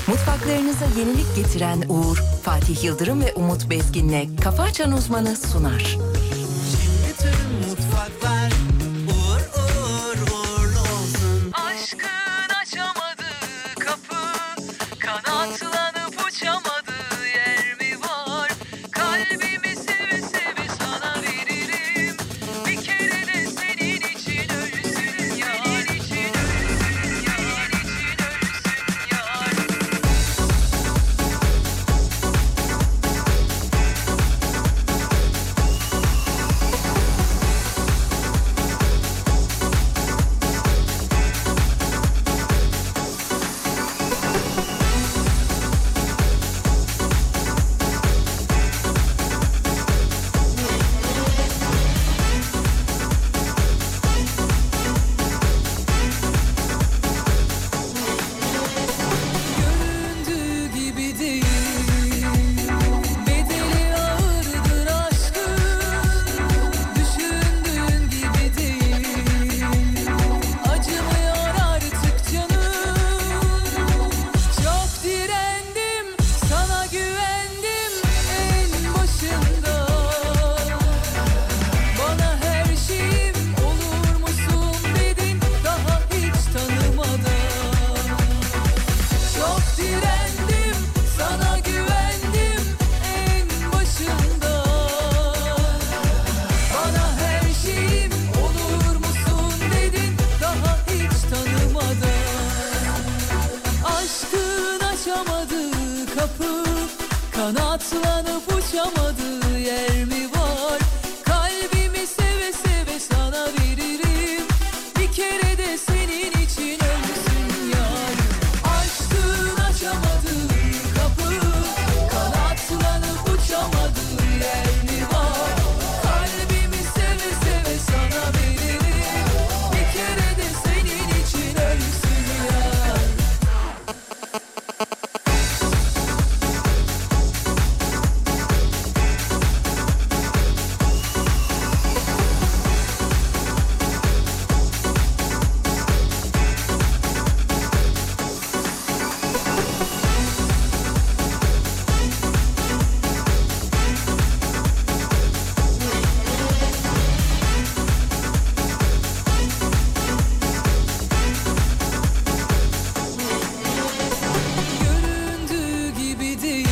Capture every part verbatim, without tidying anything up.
Mutfaklarınıza yenilik getiren Uğur, Fatih Yıldırım ve Umut Bezgin'le Kafa Açan Uzmanı sunar. Şimdi tüm mutfaklar uğur uğur uğurlu olsun. Aşkın açamadığı kapı, kanatlanıp uçamadığı yer mi var? Kalbimi seve seve sana veririm. Bir kere de senin için ölsün yar, için ölsün yar, için ölsün yar. Göründüğü gibi değil, bedeli ağırdır aşkın. Düşündüğün gibi değil, acımıyor artık canım. Çok direndim, sana güvendim en başında. Bana her şeyim olur musun dedin, daha hiç tanımadan. Çok direndim, sana güvendim en başında. Bana her şeyim olur musun dedin, daha hiç tanımadan. Aşkın açamadığı kapı, kanatlanıp uçamadığı yer mi var? Kalbimi seve seve sana veririm. Bir kere de senin için ölsün yar. Aşkın açamadığı kapı, kanatlanıp uçamadığı yer mi var? Kalbimi seve seve sana veririm. Bir kere de senin için ölsün yar. Göründüğü gibi değil,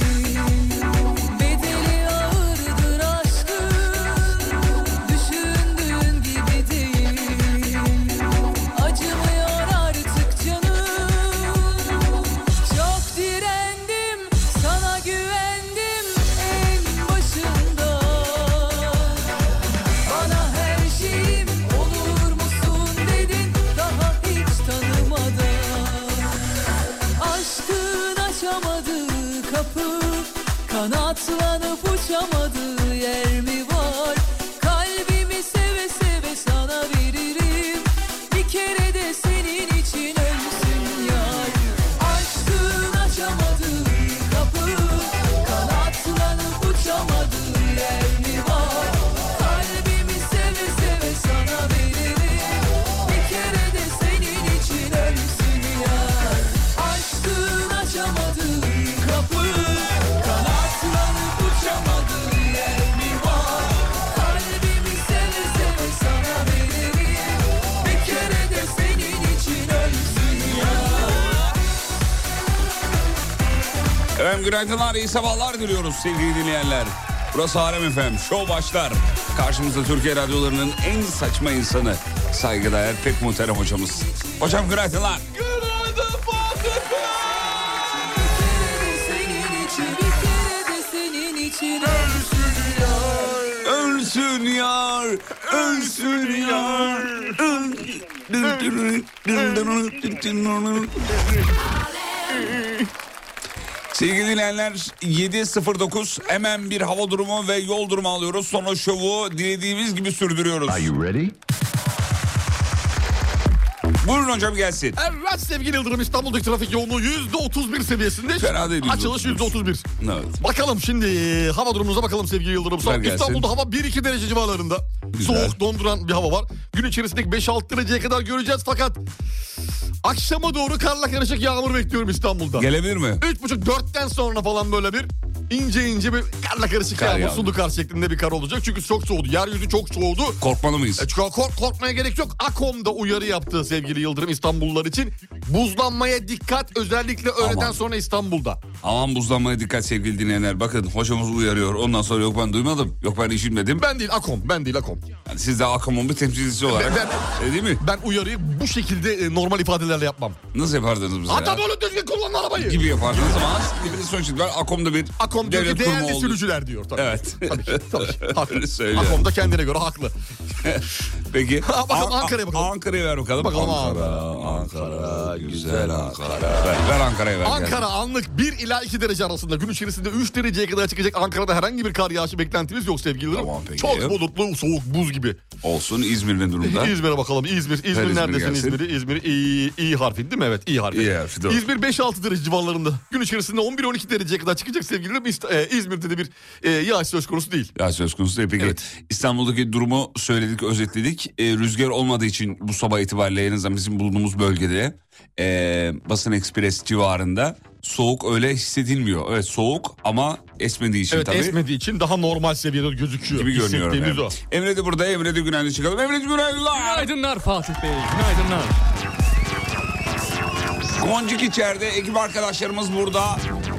bedeli ağırdır aşkın. Düşündüğün gibi değil, acımıyor artık canım. Çok direndim, sana güvendim en başında. Bana her şeyim olur musun dedin, daha hiç tanımadan. Aşkın açamadığı kapı, kanatlanıp uçamadığı yer mi var? Kalbimi seve seve sana veririm. Bir kere de senin için ölsün yar. Aşkın açamadığı kapı, kanatlanıp uçamadığı yer mi var? Kalbimi seve seve sana veririm. Bir kere de senin için ölsün yar. Aşkın açamadığı kapı, kanatlanıp uçamadığı yer mi var? Kalbimi seve seve sana veririm. Bir kere de senin için ölsün yar. Efendim günaydınlar, iyi sabahlar diliyoruz sevgili dinleyenler. Burası Alem F M, show başlar. Karşımızda Türkiye radyolarının en saçma insanı, saygıdeğer pek muhterem hocamız. Hocam günaydınlar. Günaydın Fatih Bey. Senin için, bir kere de senin için ölsün yar. Ölsün yar, ölsün yar. Sevgili dinleyenler, yedi sıfır dokuz hemen bir hava durumu ve yol durumu alıyoruz. Sonra şovu dilediğimiz gibi sürdürüyoruz. Are you ready? Buyurun hocam, gelsin. Evet sevgili Yıldırım, İstanbul'daki trafik yoğunluğu yüzde otuz bir seviyesinde. Fena değil. Açılış yüzde otuz bir. Evet. Bakalım şimdi hava durumumuza bakalım sevgili Yıldırım. Güzel gelsin. İstanbul'da hava bir iki derece civarlarında. Güzel. Soğuk, donduran bir hava var. Gün içerisindeki beş altı dereceye kadar göreceğiz fakat Akşama doğru karla karışık yağmur bekliyorum İstanbul'da. Gelebilir mi? Üç buçuk dörtten sonra falan böyle bir ince ince bir karla karışık Kar yağmur, yağmur. sulu kar şeklinde bir kar olacak. Çünkü çok soğudu. Yeryüzü çok soğudu. Korkmalı mıyız? E, kork, korkmaya gerek yok. AKOM'da uyarı yaptı sevgili Yıldırım İstanbullular için. Buzlanmaya dikkat, özellikle öğleden Aman. sonra İstanbul'da. Aman buzlanmaya dikkat sevgili dinleyenler. Bakın hocamız uyarıyor. Ondan sonra yok ben duymadım. Yok ben işitmedim. Ben değil AKOM, ben değil AKOM. Yani siz de AKOM'un bir temsilcisi olarak. Ben- E, değil mi? Ben uyarıyı bu şekilde e, normal ifadelerle yapmam. Nasıl yapardınız bize Hatta ya? böyle düzgün kullanın arabayı. Gibi yapardınız ama bir sonuç ben AKOM'da bir AKOM diyor ki devlet kurumu değerli oldu. sürücüler diyor tabii. Evet. Tabii ki, tabii ki. Haklı. Öyle söylüyor. AKOM da kendine göre haklı. Peki. Bakalım An- Ankara'ya bakalım. Ankara'ya ver bakalım. Bakalım Ankara, Ankara, Ankara, güzel güzel Ankara. Ver, ver Ankara'ya ver. Ankara anlık bir ila iki derece arasında, gün içerisinde üç dereceye kadar çıkacak. Ankara'da herhangi bir kar yağışı beklentimiz yok sevgili Tamam, peki. Çok bulutlu, soğuk, buz gibi. Olsun. İzmir ne durumda? İzmir'e bakalım. İzmir. İzmir İzmir neredesin gelsin. İzmir'i? İzmir İ, İ harfi değil mi? Evet, İ harfi. İ harfi, doğru. İzmir beş altı derece civarlarında. Gün içerisinde on bir on iki dereceye kadar çıkacak sevgililerim. İst- e, İzmir'de de bir e, yağış söz konusu değil. Ya söz konusu değil. Peki Evet. İstanbul'daki durumu söyledik, özetledik. Ee, rüzgar olmadığı için bu sabah itibariyle en azından bizim bulunduğumuz bölgede e, Basın Ekspres civarında soğuk öyle hissedilmiyor. Evet soğuk ama esmediği için Evet, tabii. esmediği için daha normal seviyede gözüküyor. gibi görünüyor. Hissettiğimiz Evet. o. Emre de burada. Emre de günaydın çıkalım. Emre de günaydınlar. Günaydınlar Fatih Bey. Günaydınlar. Goncuk içeride. Ekip arkadaşlarımız burada.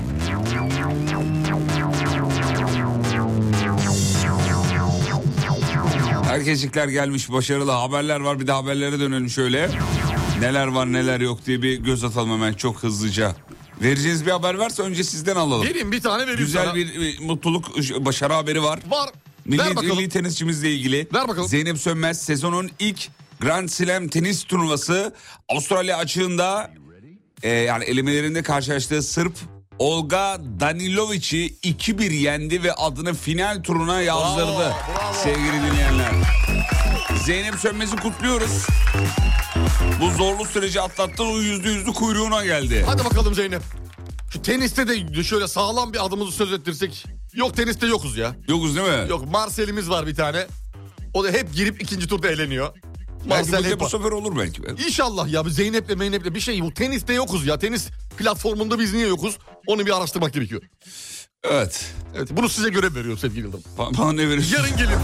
Herkeslikler gelmiş, başarılı haberler var. Bir de haberlere dönelim şöyle. Neler var neler yok diye bir göz atalım hemen çok hızlıca. Vereceğiniz bir haber varsa önce sizden alalım. Vereyim bir tane vereyim Güzel sana. bir, bir mutluluk, başarı haberi var. Var. Milli, Ver bakalım. milli tenisçimizle ilgili. Ver bakalım. Zeynep Sönmez sezonun ilk Grand Slam tenis turnuvası Avustralya açığında e, yani elemelerinde karşılaştığı Sırp Olga Danilovic'i iki bir yendi ve adını final turuna yazdırdı. Bravo, bravo. Sevgili dinleyenler. Zeynep Sönmez'i kutluyoruz. Bu zorlu süreci atlattı, o yüzde yüzlü kuyruğuna geldi. Hadi bakalım Zeynep. Şu teniste de şöyle sağlam bir adımızı söz ettirsek. Yok, teniste yokuz ya. Yokuz değil mi? Yok, Marcel'imiz var bir tane. O da hep girip ikinci turda eğleniyor. Belki Marcel bu, hep bu sefer olur belki. İnşallah ya, Zeynep'le Meynep'le bir şey, bu teniste yokuz ya. Tenis platformunda biz niye yokuz? Onu bir araştırmak gerekiyor. Evet. Evet, bunu size görev veriyorum sevgili Yıldırım. Ba- Bana ne verirsin? Yarın gelin.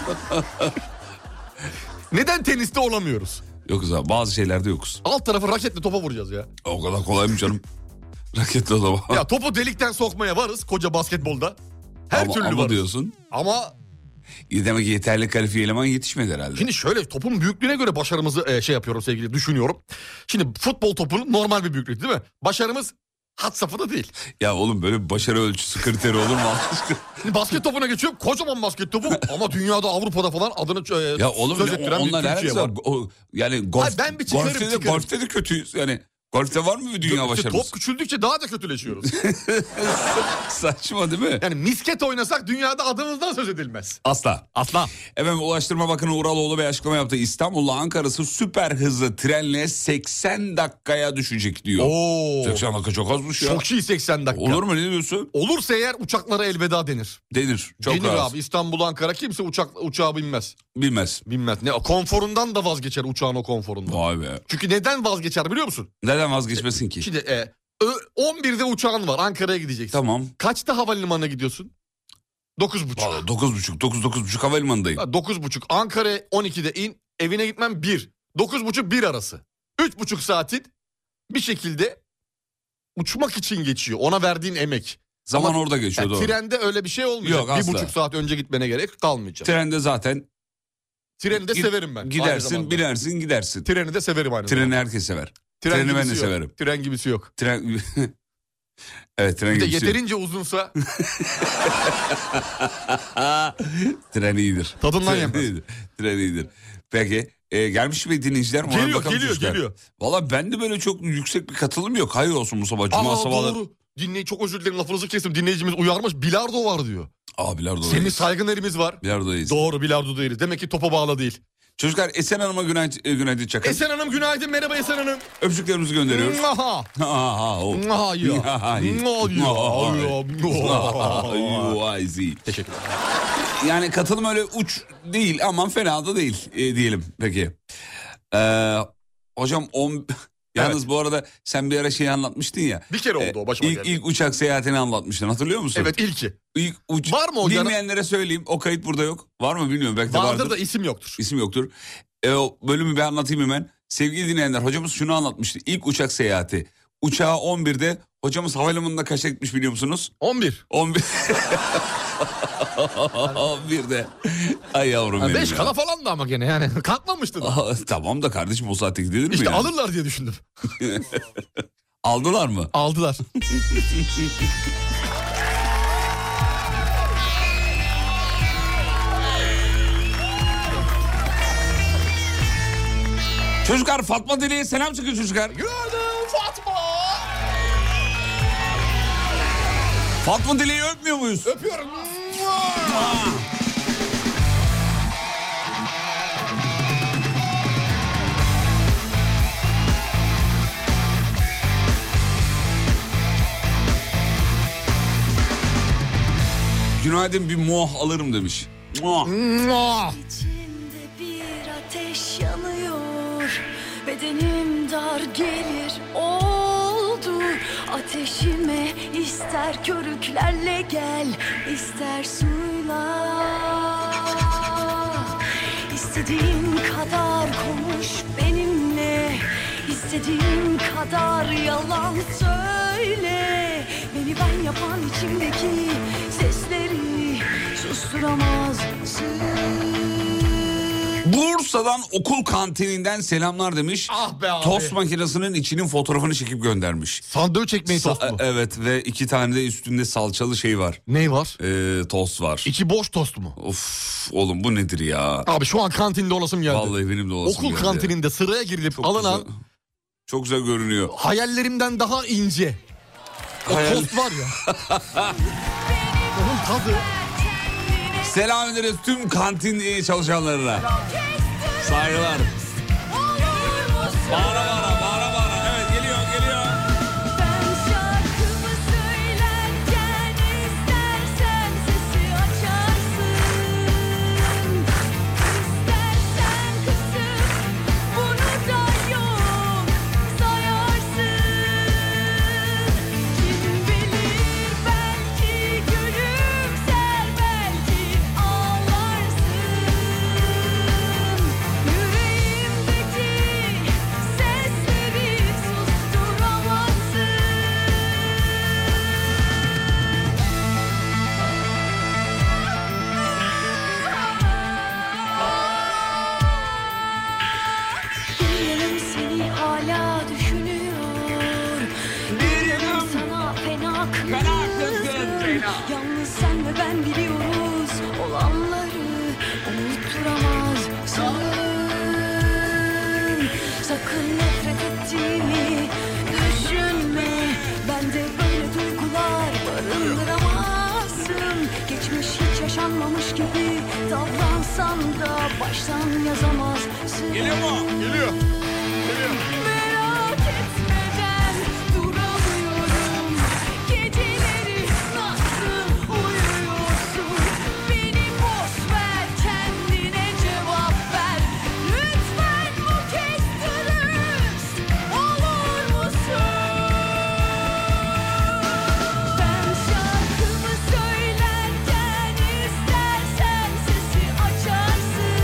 Neden teniste olamıyoruz? Yokuz abi, bazı şeylerde yokuz. Alt tarafı raketle topa vuracağız ya. O kadar kolay mı canım? Raketle o zaman. Ya topu delikten sokmaya varız koca basketbolda. Her ama, türlü ama varız. diyorsun. Ama Demek ki yeterli kalifiye eleman yetişmedi herhalde. şimdi şöyle, topun büyüklüğüne göre başarımızı e, şey yapıyorum sevgili, düşünüyorum. Şimdi futbol topunun normal bir büyüklük değil mi? Başarımız hat safhada değil. Ya oğlum böyle bir başarı ölçüsü kriteri olur mu Allah aşkına? Şimdi basket topuna geçiyorum, kocaman basket topu ama dünyada, Avrupa'da falan adını e, Ya oğlum söz ne- ettiren bir onlar Türkiye her var. o, yani golf, Ay ben bir çıkarım, golfte, de, çıkarım. golfte de kötüyüz. Yani golfte var mı bir dünya İşte başarımız? top küçüldükçe daha da kötüleşiyoruz. Saçma değil mi? Yani misket oynasak dünyada adımızdan söz edilmez. Asla. Asla. Efendim Ulaştırma Bakanı Uraloğlu bir açıklama yaptı. İstanbul'la Ankara'sı süper hızlı trenle seksen dakikaya düşecek diyor. Oo. seksen dakika çok azmış ya. Çok iyi seksen dakika. Olur mu, ne diyorsun? Olursa eğer uçaklara elveda denir. Denir. Çok denir az. abi. İstanbul, Ankara kimse uçak uçağa binmez. Bilmez. Binmez. Ne, konforundan da vazgeçer uçağın, o konforundan. Vay be. Çünkü neden vazgeçer biliyor musun? Neden vazgeçmesin ki? Şimdi e, ö- on birde uçağın var, Ankara'ya gideceksin. Tamam. Kaçta havalimanına gidiyorsun? dokuz buçuk. Vallahi dokuz buçuk, dokuz, dokuz buçuk havalimanındayım. dokuz buçuk. Ankara'ya on ikide in, evine gitmem bir. dokuz buçuk bir arası. üç buçuk saatin bir şekilde uçmak için geçiyor. Ona verdiğin emek. Zaman Ama orada geçiyor, yani doğru. trende öyle bir şey olmayacak. Yok, bir asla. buçuk saat önce gitmene gerek kalmayacak. Trende zaten Treni de gid- severim ben. aynı gidersin, zamanda. binersin, gidersin. Treni de severim aynı Treni zamanda. herkes sever. Tren Treni ben de gibisi yok. severim. Tren gibisi yok. Tren Evet, tren Bir de gibisi yok. yeterince uzunsa Tren iyidir. Tadından Tren yenmez. iyidir. Tren iyidir. Peki e, gelmiş mi dinleyiciler? Ona Geliyor, bakalım geliyor, çocuklar. geliyor. Valla bende böyle çok yüksek bir katılım yok. Hayır olsun bu sabah. Cuma aa sabahları. doğru. Dinley çok özür dilerim, lafınızı kestim. Dinleyicimiz uyarmış. Bilardo var diyor. Aa bilardo. Semih Saygıner'imiz var. Bilardodayız. Doğru, bilardo değiliz. Demek ki topa bağlı değil. Çocuklar Esen Hanım'a günaydın, e, günaydın çakın. Esen Hanım günaydın. Merhaba Esen Hanım. Öpücüklerimizi gönderiyoruz. Aha. Aha, o. Aha ya. Aha ya. Teşekkür ederim. Yani katılım öyle uç değil, aman fena da değil e, diyelim. Peki. Ee, hocam on, Yalnız Evet. bu arada sen bir ara şeyi anlatmıştın ya. Bir kere oldu e, o başıma ilk, geldi. ilk uçak seyahatini anlatmıştın, hatırlıyor musun? Evet, ilki. İlk uç... Var mı o canım? Bilmeyenlere söyleyeyim, o kayıt burada yok. Var mı bilmiyorum, belki de Vardır vardır. da isim yoktur. İsim yoktur. E, o bölümü ben anlatayım hemen. Sevgili dinleyenler, hocamız şunu anlatmıştı. İlk uçak seyahati. Uçağı on birde, hocamız havalimanında kaça gitmiş biliyor musunuz? on bir. on bir. on birde. Ay yavrum benim beş ya. kala falan da ama gene yani kalkmamıştı da. Aa, tamam da kardeşim, o saatte gidilir mi İşte yani? alırlar diye düşündüm. Aldılar mı? Aldılar. Çocuklar, Fatma Deli'ye selam çıkın çocuklar. Günaydın Fatma. Fatma Deli'yi öpmüyor muyuz? Öpüyorum. Günaydın, bir muah alırım demiş. Muah. Mua. İçimde bir ateş yanıyor, bedenim dar gelir oldu. Ateşime ister körüklerle gel, ister suyla. İstediğin kadar konuş benimle, istediğin kadar yalan söyle. Beni ben yapan içimdeki sesleri susturamazsın. Bursa'dan okul kantininden selamlar demiş. Ah be abi. Tost makinesinin içinin fotoğrafını çekip göndermiş. Sandviç ekmeği tost Sa- mu? evet, ve iki tane de üstünde salçalı şey var. Ney var? Ee, tost var. İçi boş tost mu? Of oğlum, bu nedir ya? Abi şu an kantinde olasım geldi. Vallahi benim de olasım Okul geldi. kantininde sıraya girilip Çok alınan güzel. Çok güzel görünüyor. hayallerimden daha ince. O Hayal- tost var ya. Onun tadı. Selam ederiz tüm kantin çalışanlarına. Saygılar. Bağıra bağıra, bağıra bağıra. Evet, geliyor geliyor. Ben şarkımı söylerken istersen sesi açarsın, İstersen kısıp bunu da yok sayarsın. Kim bilir, belki gülümser, belki ağlarsın. Yüreğimdeki sesleri susturamazsın. Bir yanım seni hala düşünüyor, bir yanım sana fena kızgın. Yalnız sen ve ben biliyoruz olanları unutturamazsın. Sakın nefret ettiğimi düşünme, bende böyle duygular barındıramazsın. Geçmiş hiç yaşanmamış gibi davransan da baştan yazamazsın. Geliyor mu? Geliyor. Merak etmeden duramıyorum. Geceleri nasıl uyuyorsun? Beni boş ver, kendine cevap ver. Lütfen bu kez dürüst olur musun? Ben şarkımı söylerken istersen sesi açarsın,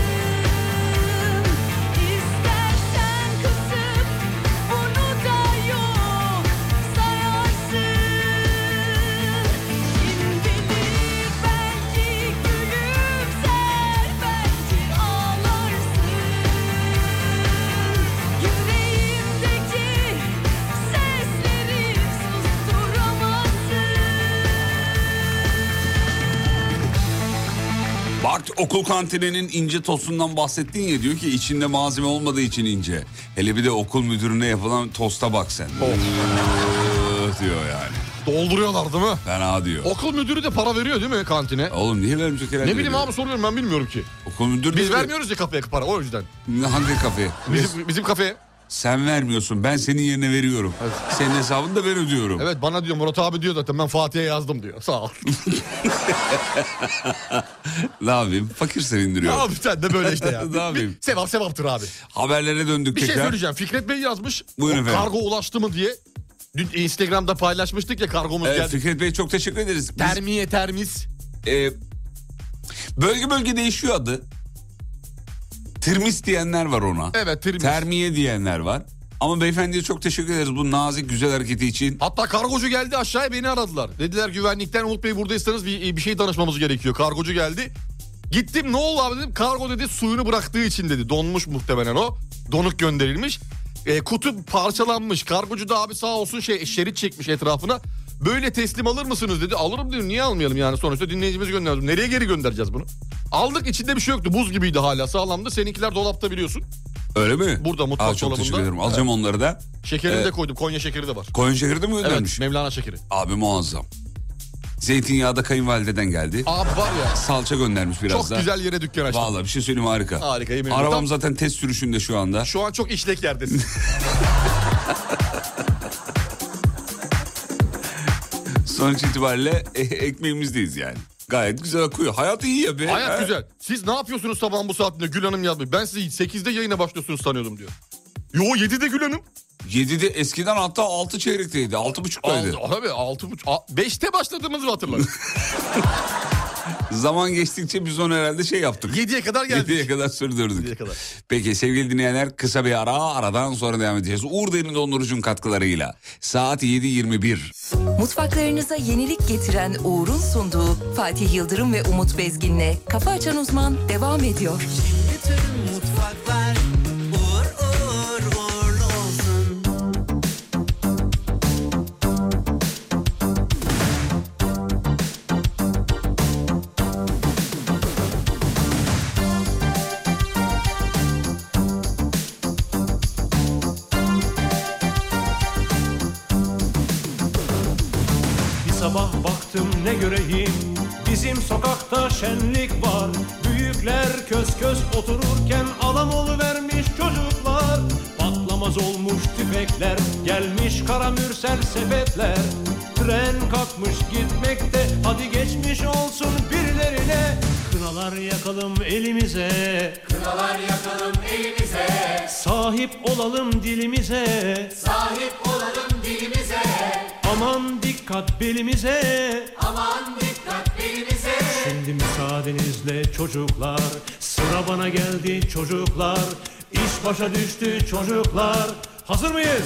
İstersen kısıp bunu da yok sayarsın. Kim bilir, belki gülümser, belki ağlarsın. Yüreğimdeki sesleri susturamazsın. Bak, okul kantininin ince tostundan bahsettin ya, diyor ki içinde malzeme olmadığı için ince. Hele bir de okul müdürüne yapılan tosta bak sen. Öh diyor yani. Dolduruyorlar değil mi? Fena diyor. Okul müdürü de para veriyor değil mi kantine? Oğlum niye vermeyecek herhalde? Ne bileyim abi, soruyorum, ben bilmiyorum ki. Okul müdürü Biz de- vermiyoruz ya kafeye para, o yüzden. Hangi kafeye? Bizim, bizim kafeye. Sen vermiyorsun, ben senin yerine veriyorum. Evet. Senin hesabını da ben ödüyorum. Evet, bana diyor, Murat abi diyor zaten, ben Fatih'e yazdım diyor. Sağ ol. Ne yapayım? Fakir sevindiriyor. Abi sen de böyle işte ya. Ne yapayım? Bir sevap sevaptır abi. Haberlere döndük bir tekrar. Bir şey söyleyeceğim. Fikret Bey yazmış. Buyurun efendim. Kargo ulaştı mı diye. Dün Instagram'da paylaşmıştık ya, kargomuz evet, geldi. Fikret Bey çok teşekkür ederiz. Biz, Termiye termis. E, bölge bölge değişiyor adı. Termis diyenler var ona. Evet, termis. Termiye diyenler var. Ama beyefendiye çok teşekkür ederiz bu nazik güzel hareketi için. Hatta kargocu geldi aşağıya, beni aradılar. Dediler güvenlikten, Umut Bey buradaysanız bir, bir şey danışmamız gerekiyor. Kargocu geldi. Gittim, ne oldu abi dedim. Kargo dedi suyunu bıraktığı için dedi. Donmuş muhtemelen o. Donuk gönderilmiş. E, kutu parçalanmış. Kargocu da abi sağ olsun şey şerit çekmiş etrafına. Böyle teslim alır mısınız dedi. Alırım dedim, niye almayalım yani, sonuçta dinleyicimizi gönderiyoruz. Nereye geri göndereceğiz bunu? Aldık, içinde bir şey yoktu, buz gibiydi, hala sağlamdı. Seninkiler dolapta biliyorsun. Öyle mi? Burada mutfak dolabında. Çok teşekkür ederim. Alacağım evet. Onları da. Şekerini ee, de koydum. Konya şekeri de var. Konya şekeri de mi göndermiş? Evet, Mevlana şekeri. Abi muazzam. Zeytinyağı da kayınvalideden geldi. Abi var ya. Salça göndermiş biraz çok da. Çok güzel yere dükkan açtım. Vallahi bir şey söyleyeyim, harika. Harika, yemin ederim. Arabam Tam... zaten test sürüşünde şu anda. Şu an çok işlek yerdesin. Sonuç itibariyle e- ekmeğimizdeyiz yani. Gayet güzel akıyor. Hayat iyi ya be. Hayat he? güzel. Siz ne yapıyorsunuz sabahın bu saatinde? Gül Hanım yazmış. Ben sizi sekizde yayına başlıyorsunuz sanıyordum diyor. Yo, yedide Gül Hanım. yedide eskiden hatta altı çeyrekteydi. altı buçuktaydı. Abi altı buçuk. beşte başladığımızı hatırladım. Zaman geçtikçe biz onu herhalde şey yaptık. yediye kadar geldik. yediye kadar sürdürdük. yediye kadar. Peki sevgili dinleyenler, kısa bir ara, aradan sonra devam edeceğiz. Uğur Derin Dondurucu'nun katkılarıyla. Saat yedi yirmi bir. Mutfaklarınıza yenilik getiren Uğur'un sunduğu Fatih Yıldırım ve Umut Bezgin'le Kafa Açan Uzman devam ediyor. Şimdi tüm mutfaklar uğur uğur uğurlu olsun. Sabah baktım ne göreyim, bizim sokakta şenlik var. Büyükler kös kös otururken alam oluvermiş çocuklar. Patlamaz olmuş tüfekler, gelmiş kara mürsel sepetler. Tren kalkmış gitmekte, hadi geçmiş olsun birilerine. Kınalar yakalım elimize, kınalar yakalım elimize. Sahip olalım dilimize, sahip olalım dilimize. Aman dikkat belimize, aman dikkat belimize. Şimdi müsaadenizle çocuklar, sıra bana geldi çocuklar. İş başa düştü çocuklar. Hazır mıyız?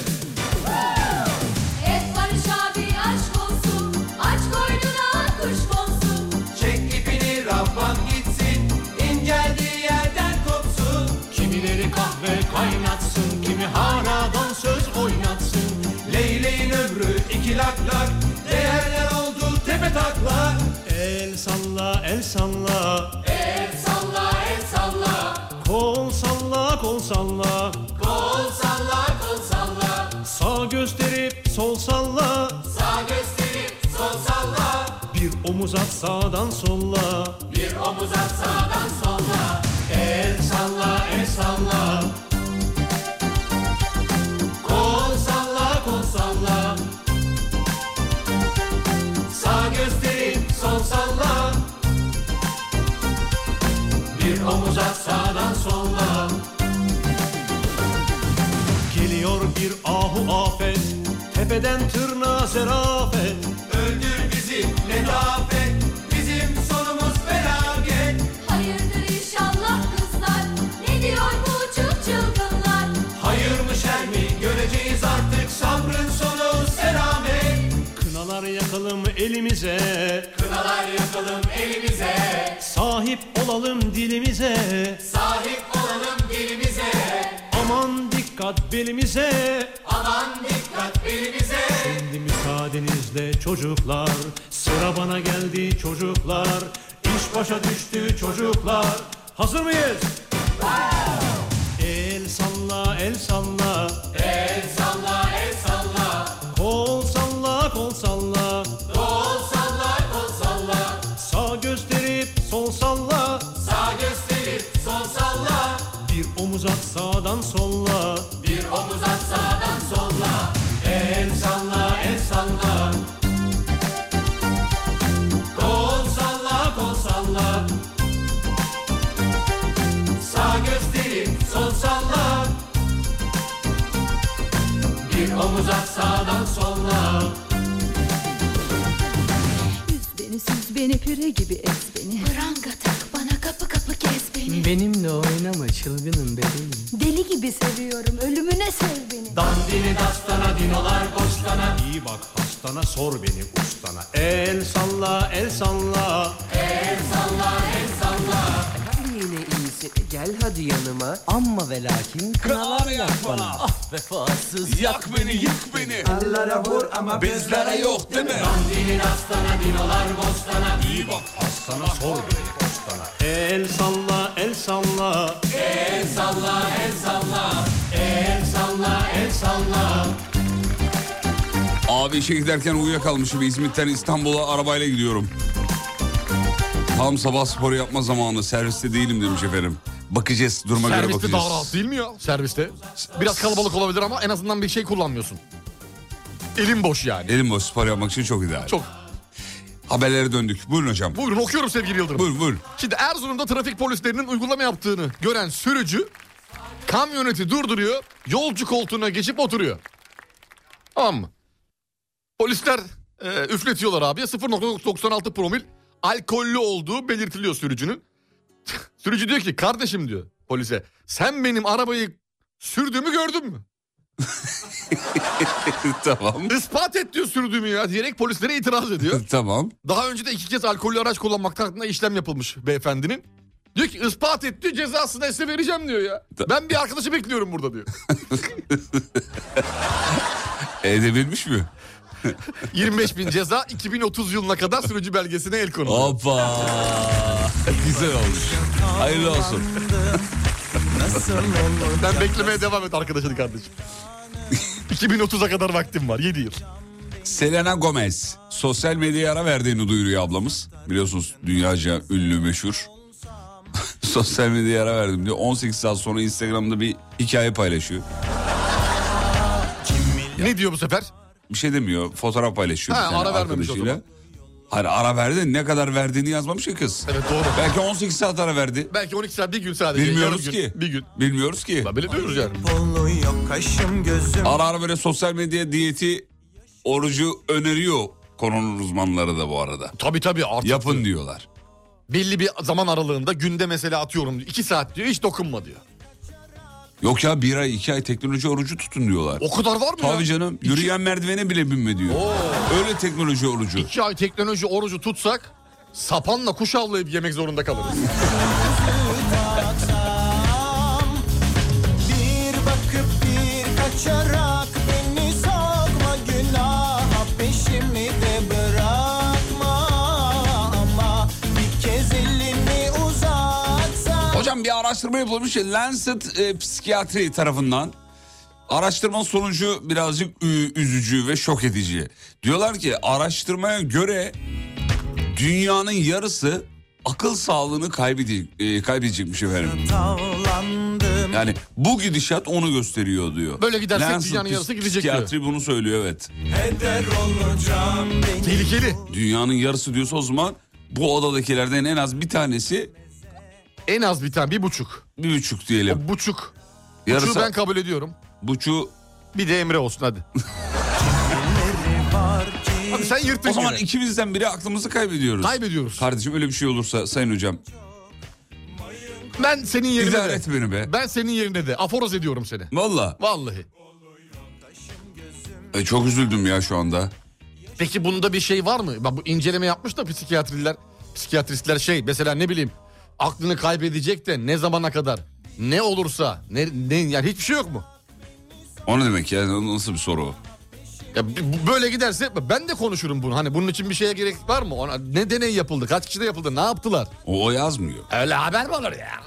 Et Barış abi aşk olsun, aç koynuna kuş konsun. Çek ipini Rabbam gitsin, inceldiği yerden kopsun. Kimileri kahve kaynatsın, kimi hala dansöz oynatsın. Leyleğin ömrü iki lak lak, değerler oldu tepe taklak. El salla el salla, El salla el salla, kol salla kol salla. kol salla kol salla. Sağ gösterip sol salla, Sağ gösterip sol salla. bir omuz at sağdan solla. Bir omuz at sağdan solla. El salla el salla, Kol salla kol salla. Sağ gösterip sol salla. bir omuz at sağdan solla. Geliyor bir ahu afet, tepeden tırnağa zerafet. Öldür bizi letafet, bizim sonumuz felaket. Hayırdır inşallah kızlar, ne diyor bu çıl çılgınlar? Hayır mı şer mi göreceğiz artık, sabrın sonu selamet. Kınalar yakalım elimize, Kınalar yakalım elimize. sahip olalım dilimize. Sahip olalım dilimize. Aman dikkat belimize, Aman dikkat belimize. şimdi müsaadenizle çocuklar, sıra bana geldi çocuklar. İş başa düştü çocuklar. Hazır mıyız? El salla el salla, El salla el salla. kol salla kol salla. Kol salla kol salla. Sağ gösterip sol salla, Sağ gösterip sol salla. bir omuz at sağdan solla. Bir omuz salla. Kol salla, kol salla. Sağ gösterip sol salla. Bir omuz at sağdan solla. Üz beni süz beni püre gibi ez beni. Pranga tak bana kapı kapı kes beni. Benimle oynama çılgınım bebeğim. Deli gibi seviyorum ölümüne sev beni. Dandini dastana dinolar bostana. İyi bak hastana sor beni ustana. El salla el salla. El salla el salla. Yine iyisi gel hadi yanıma. Amma ve lakin kınalar yak bana. Ah vefasız Yak beni yık beni. Dallara vur ama Bizlere yok değil mi? Dandini dastana dinolar bostana. İyi bak hastana sor beni ustana. El salla el salla. El salla el salla. El salla el salla. Abi işe giderken uyuyakalmışım. İzmit'ten İstanbul'a arabayla gidiyorum. Tam sabah sporu yapma zamanı. Serviste değilim demiş efendim. Bakacağız, duruma göre Serviste bakacağız. daha rahat değil mi ya serviste? Biraz kalabalık olabilir ama en azından bir şey kullanmıyorsun. Elin boş yani. Elim boş, spor yapmak için çok ideal. Çok. Haberlere döndük. Buyurun hocam. Buyurun okuyorum sevgili Yıldırım. Buyurun buyurun. Şimdi Erzurum'da trafik polislerinin uygulama yaptığını gören sürücü kamyoneti durduruyor, yolcu koltuğuna geçip oturuyor. Tamam mı? Polisler e, üfletiyorlar abiye. sıfır nokta doksan altı promil alkollü olduğu belirtiliyor sürücünün. Sürücü diyor ki kardeşim diyor polise, sen benim arabayı sürdüğümü gördün mü? Tamam. İspat et diyor sürdüğümü ya diyerek polislere itiraz ediyor. Tamam. Daha önce de iki kez alkollü araç kullanmakta hakkında işlem yapılmış beyefendinin. Diyor ki ispat et diyor, cezasını size vereceğim diyor ya. Ben bir arkadaşı bekliyorum burada diyor. Edebilmiş mi? yirmi beş bin ceza, iki bin otuz yılına kadar sürücü belgesine el konuluyor. Hoppa. Güzel olmuş. Hayırlı olsun. Ben beklemeye devam et arkadaşını kardeşim. iki bin otuza kadar vaktim var, yedi yıl. Selena Gomez sosyal medyaya ara verdiğini duyuruyor ablamız. Biliyorsunuz dünyaca ünlü meşhur. Sosyal medyaya ara verdim diyor. on sekiz saat sonra Instagram'da bir hikaye paylaşıyor. Ne diyor bu sefer? Bir şey demiyor. Fotoğraf paylaşıyor. Ha, bir tane ara vermemiş o arkadaşıyla. zaman. Hayır, ara verdi. Ne kadar verdiğini yazmamış ya kız. Evet doğru. Belki on sekiz saat ara verdi. Belki on iki saat, bir gün sadece. Bilmiyoruz yarım gün, ki. Bir gün. Bilmiyoruz ki. Böyle diyoruz yani. Ara ara böyle sosyal medya diyeti, orucu öneriyor konunun uzmanları da bu arada. Tabii tabii artık. Yapın diyorlar. Belli bir zaman aralığında günde mesela atıyorum iki saat diyor, hiç dokunma diyor. Yok ya, bir ay iki ay teknoloji orucu tutun diyorlar. O kadar var mı ya? Tabii canım, yürüyen merdivene bile binme diyor. Oo. Öyle teknoloji orucu. İki ay teknoloji orucu tutsak sapanla kuş avlayıp yemek zorunda kalırız. Bir bakıp bir kaçarak beni sokma günaha, peşimi de bırakma ama bir kez elini uzatsan. Hocam bir araştırma yapılmış Lancet e, Psikiyatri tarafından. Araştırma sonucu birazcık ü, üzücü ve şok edici. Diyorlar ki araştırmaya göre dünyanın yarısı akıl sağlığını kaybedecek, e, kaybedecekmiş efendim. Yani bu gidişat onu gösteriyor diyor. Böyle gidersek Lancet dünyanın yarısı gidecek diyor. Psikiyatri bunu söylüyor, evet. Heder olacağım beni. Tehlikeli. Dünyanın yarısı diyorsa o zaman bu odadakilerden en az bir tanesi, En az bir tane, bir buçuk. bir buçuk diyelim. O buçuk. Yarısı, Buçuğu ben kabul ediyorum. buçuğu. Bir de Emre olsun hadi. Hadi sen yırtın O zaman yine. ikimizden biri aklımızı kaybediyoruz. Kaybediyoruz. Kardeşim öyle bir şey olursa sayın hocam, Ben senin yerine idare de. et beni be. Ben senin yerine de aforoz ediyorum seni. Valla. Vallahi. E, çok üzüldüm ya şu anda. Peki bunda bir şey var mı? Bak bu inceleme yapmış da psikiyatriler, psikiyatristler şey mesela ne bileyim aklını kaybedecek de ne zamana kadar ne olursa ne, ne yani hiçbir şey yok mu? O ne demek ya, nasıl bir soru o? Ya bu- böyle giderse ben de konuşurum bunu. Hani bunun için bir şeye gerek var mı? Ona, ne deney yapıldı? Kaç kişide yapıldı? Ne yaptılar? O, o yazmıyor. Öyle haber mi olur ya?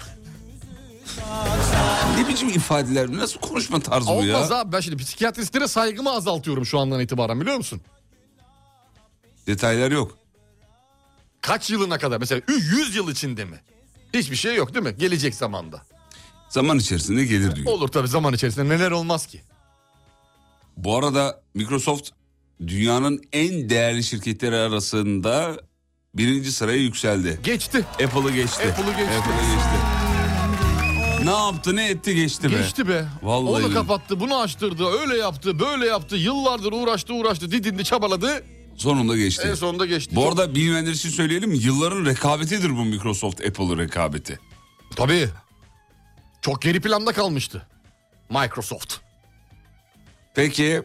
Ne biçim ifadeler, nasıl konuşma tarzı bu ya? Olmaz abi, ben şimdi psikiyatristlere saygımı azaltıyorum şu andan itibaren, biliyor musun? Detaylar yok. Kaç yılına kadar mesela yüz yıl içinde mi? Hiçbir şey yok değil mi? Gelecek zamanda. Zaman içerisinde gelir diyor. Olur tabii, zaman içerisinde neler olmaz ki? Bu arada Microsoft dünyanın en değerli şirketleri arasında birinci sıraya yükseldi. Geçti. Apple'ı geçti. Apple'ı geçti. Apple'ı geçti. Ne yaptı ne etti geçti be. Geçti be. Vallahi. Onu kapattı, bunu açtırdı, öyle yaptı, böyle yaptı. Yıllardır uğraştı, uğraştı, didindi, çabaladı. Sonunda geçti. En sonunda geçti. Bu Çok... arada bilmeyenler için söyleyelim, yılların rekabetidir bu Microsoft Apple rekabeti. Tabii. Çok geri planda kalmıştı Microsoft. Peki.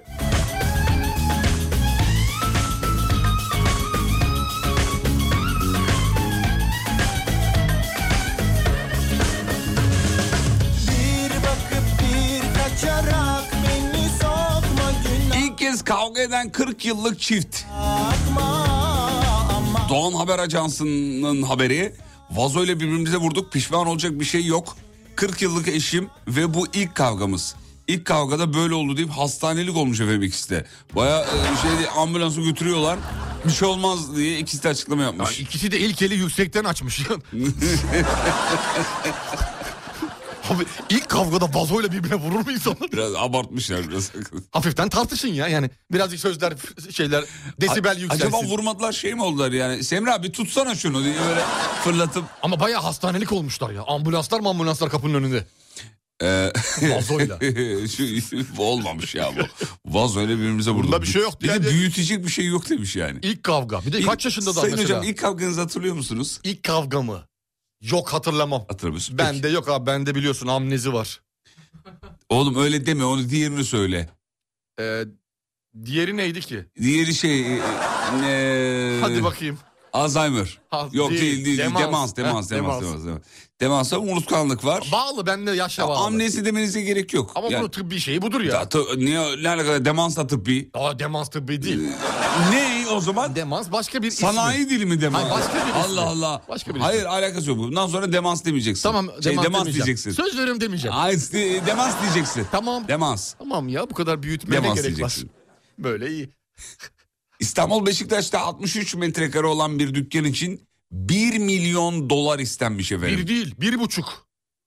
Bir bakıp bir kaçarak beni sokma günah. İlk kez kavga eden kırk yıllık çift. Bakma ama Doğan Haber Ajansı'nın haberi. Vazoyla birbirimize vurduk, pişman olacak bir şey yok. kırk yıllık eşim ve bu ilk kavgamız. İlk kavgada böyle oldu deyip hastanelik olmuş efendim ikisi de. Baya şey, ambulansı götürüyorlar. Bir şey olmaz diye ikisi de açıklama yapmış. Yani ikisi de ilk eli yüksekten açmış. Abi ilk kavgada vazoyla birbirine vurur mu insanlar? Biraz abartmışlar biraz. Hafiften tartışın ya, yani birazcık sözler şeyler desibel A- yükselsin. Acaba vurmadılar şey mi oldular yani? Semra abi tutsana şunu diye böyle fırlatıp. Ama bayağı hastanelik olmuşlar ya. Ambulanslar mı ambulanslar kapının önünde. Ee, Vazoyla. Şu, bu olmamış ya bu. Vazoyla birbirimize vurduk. Bunda bir şey yok. Bir de Yani- büyütecek bir şey yok demiş yani. İlk kavga. Bir de İlk- kaç yaşında da Sayın mesela? hocam ilk kavganızı hatırlıyor musunuz? İlk kavga mı? Yok, hatırlamam. Hatırlamıyorsun. Bende yok abi, bende biliyorsun amnezi var. Oğlum öyle deme, onu diğerini söyle. Ee, diğeri neydi ki? Diğeri şey... E, e, Hadi bakayım. Alzheimer. Ha, Yok değil, değil değil. demans. Demans, demans, Heh, demans, demans. demans, demans. Demans var, unutkanlık var. Bağlı, bende yaşa Ya, bağlı. amnesi demenize gerek yok. Ama Yani- bunun tıbbi şeyi budur ya. Ya, tı- niye, ne alakalı demansla tıbbi? Aa, demans tıbbi değil. Ne o zaman? Demans başka bir Sanayi ismi. dili mi demans? Hayır, başka bir ismi. Allah Allah. Başka bir Hayır alakası yok. Bundan sonra demans demeyeceksin. Tamam, şey, demans, demans demeyeceğim. diyeceksin. Söz veriyorum demeyeceğim. Hayır de- demans diyeceksin. Tamam. Demans. Tamam ya, bu kadar büyütmeye Demans gerek var. diyeceksin. Böyle iyi. İstanbul Beşiktaş'ta altmış üç metrekare olan bir dükkan için bir milyon dolar istenmiş efendim. Bir değil, bir buçuk.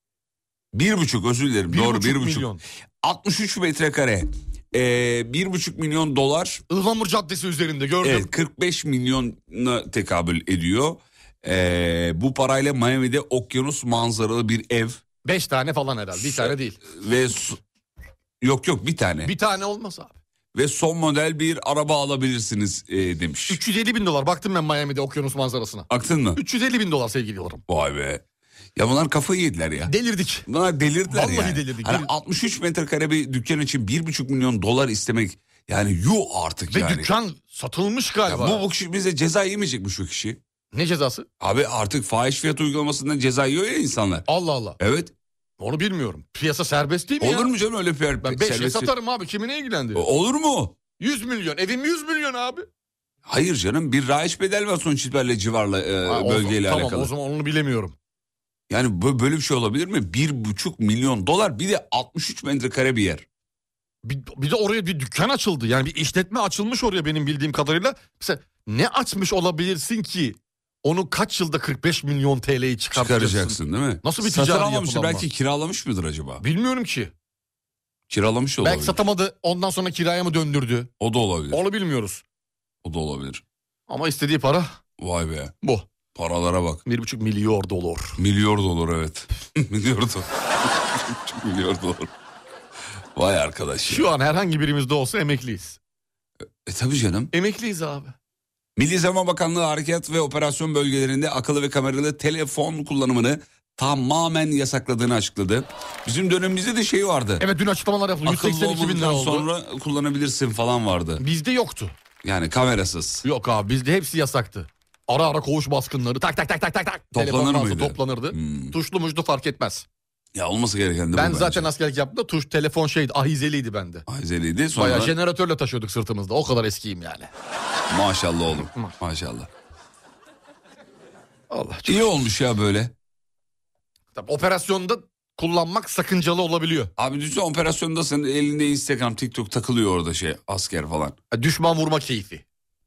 Bir buçuk özür dilerim. Bir Doğru buçuk bir buçuk. milyon. altmış üç metrekare. Ee, bir buçuk milyon dolar. Ihlamur Caddesi üzerinde gördüm. Evet, kırk beş milyona tekabül ediyor. Ee, bu parayla Miami'de okyanus manzaralı bir ev. Beş tane falan herhalde, bir tane değil. Ve su- yok yok bir tane. Bir tane olmaz abi. Ve son model bir araba alabilirsiniz e, demiş. üç yüz elli bin dolar, baktım ben Miami'de okyanus manzarasına. Baktın mı? üç yüz elli bin dolar sevgili yavrum. Vay be. Ya bunlar kafayı yediler ya. Delirdik. Bunlar delirdiler Vallahi yani. delirdik. Hani altmış üç metrekare bir dükkan için bir buçuk milyon dolar istemek yani yuh artık Ve yani. dükkan satılmış Ya galiba. bu, bu kişi bize ceza yemeyecek mi şu kişi? Ne cezası? Abi artık fahiş fiyat uygulamasından ceza yiyor ya insanlar. Allah Allah. Evet. Onu bilmiyorum. Piyasa serbest değil mi ya? Olur mu canım öyle fiyat? Ben beşe serbest- satarım abi, kimi ne ilgilendiriyor? Olur mu? yüz milyon, evim yüz milyon abi. Hayır canım, bir rayiç bedel var sonuç itibariyle civarla e, Ha, o bölgeyle zaman, alakalı. Tamam, o zaman onu bilemiyorum. Yani bö- böyle bir şey olabilir mi? Bir buçuk milyon dolar, bir de altmış üç metrekare bir yer. Bir, bir de oraya bir dükkan açıldı. Yani bir işletme açılmış oraya benim bildiğim kadarıyla. Mesela ne açmış olabilirsin ki onu kaç yılda kırk beş milyon T L'yi çıkartacaksın? Çıkaracaksın değil mi? Nasıl bir Satın ticari almamıştır, yapılanma? belki kiralamış mıdır acaba? Bilmiyorum ki. Kiralamış olabilir. Belki satamadı, ondan sonra kiraya mı döndürdü? O da olabilir. Onu bilmiyoruz. O da olabilir. Ama istediği para Vay be. bu. Paralara bak. Bir buçuk milyon dolar. Milyar dolar evet. Milyar dolar. Çok milyar dolar. Vay arkadaş ya. Şu an herhangi birimizde olsa emekliyiz. E tabii canım. Emekliyiz abi. Milli Savunma Bakanlığı harekat ve operasyon bölgelerinde akıllı ve kameralı telefon kullanımını tamamen yasakladığını açıkladı. Bizim dönemimizde de şey vardı. Evet, dün açıklamalar yapıldı. yüz Akıllı seksen iki bin lira olduktan oldu. sonra kullanabilirsin falan vardı. Bizde yoktu. Yani kamerasız. Yok abi, bizde hepsi yasaktı. Ara ara koğuş baskınları tak tak tak tak tak tak. Toplanır Telefon varsa mıydı? Toplanırdı. Hmm. Tuşlu muşlu fark etmez. Ya olması gereken de bu Ben bence. zaten askerlik yaptığımda tuş telefon şeydi, ahizeliydi bende. Ahizeliydi sonra. Bayağı jeneratörle taşıyorduk sırtımızda. O kadar eskiyim yani. Maşallah oğlum. Maşallah. Allah. İyi olmuş ya böyle. Tabii, operasyonda kullanmak sakıncalı olabiliyor. Abi düşünsene operasyondasın, elinde Instagram, TikTok takılıyor orada şey, asker falan. Düşman vurma keyfi.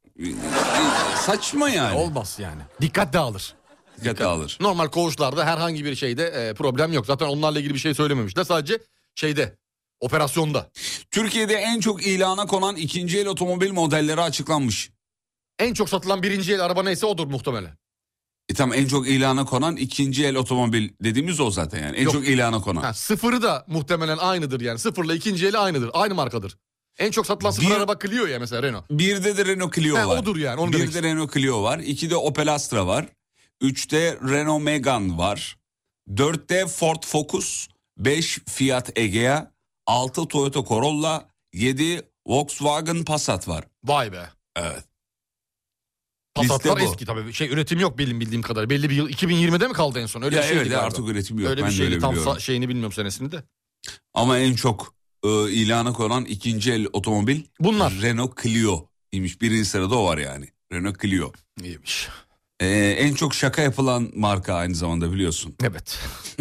Saçma yani. Olmaz yani. Dikkat dağılır. Dikkat dağılır. Normal koğuşlarda herhangi bir şeyde e, problem yok. Zaten onlarla ilgili bir şey söylememişler. Sadece şeyde Operasyonda. Türkiye'de en çok ilana konan ikinci el otomobil modelleri açıklanmış. En çok satılan birinci el araba neyse odur muhtemelen. E tamam, en çok ilana konan ikinci el otomobil dediğimiz o zaten yani. En Yok. çok ilana konan. Ha, sıfırı da muhtemelen aynıdır yani. Sıfırla ikinci eli aynıdır. Aynı markadır. En çok satılan sıfır Bir- araba Clio ya mesela Renault. Birde de Renault Clio He, var. odur yani, onu demek Birde Renault Clio var. İkide Opel Astra var. Üçte Renault Megane var. Dörtte Ford Focus. Beş Fiat Egea. Altı Toyota Corolla. Yedi Volkswagen Passat var. Vay be. Evet. Passatlar Liste bu. eski tabii. Şey üretim yok benim bildiğim kadar. Belli bir yıl iki bin yirmide mi kaldı en son? Öyle Ya bir şeydi evet, galiba. artık üretim yok. Öyle Ben bir de şeydi. öyle Tam biliyorum. sa- şeyini bilmiyorum senesini de. Ama en çok e, ilana konan ikinci el otomobil bunlar. Renault Clio imiş. Birinci sırada o var yani. Renault Clio. İyiymiş. E, en çok şaka yapılan marka aynı zamanda, biliyorsun. Evet.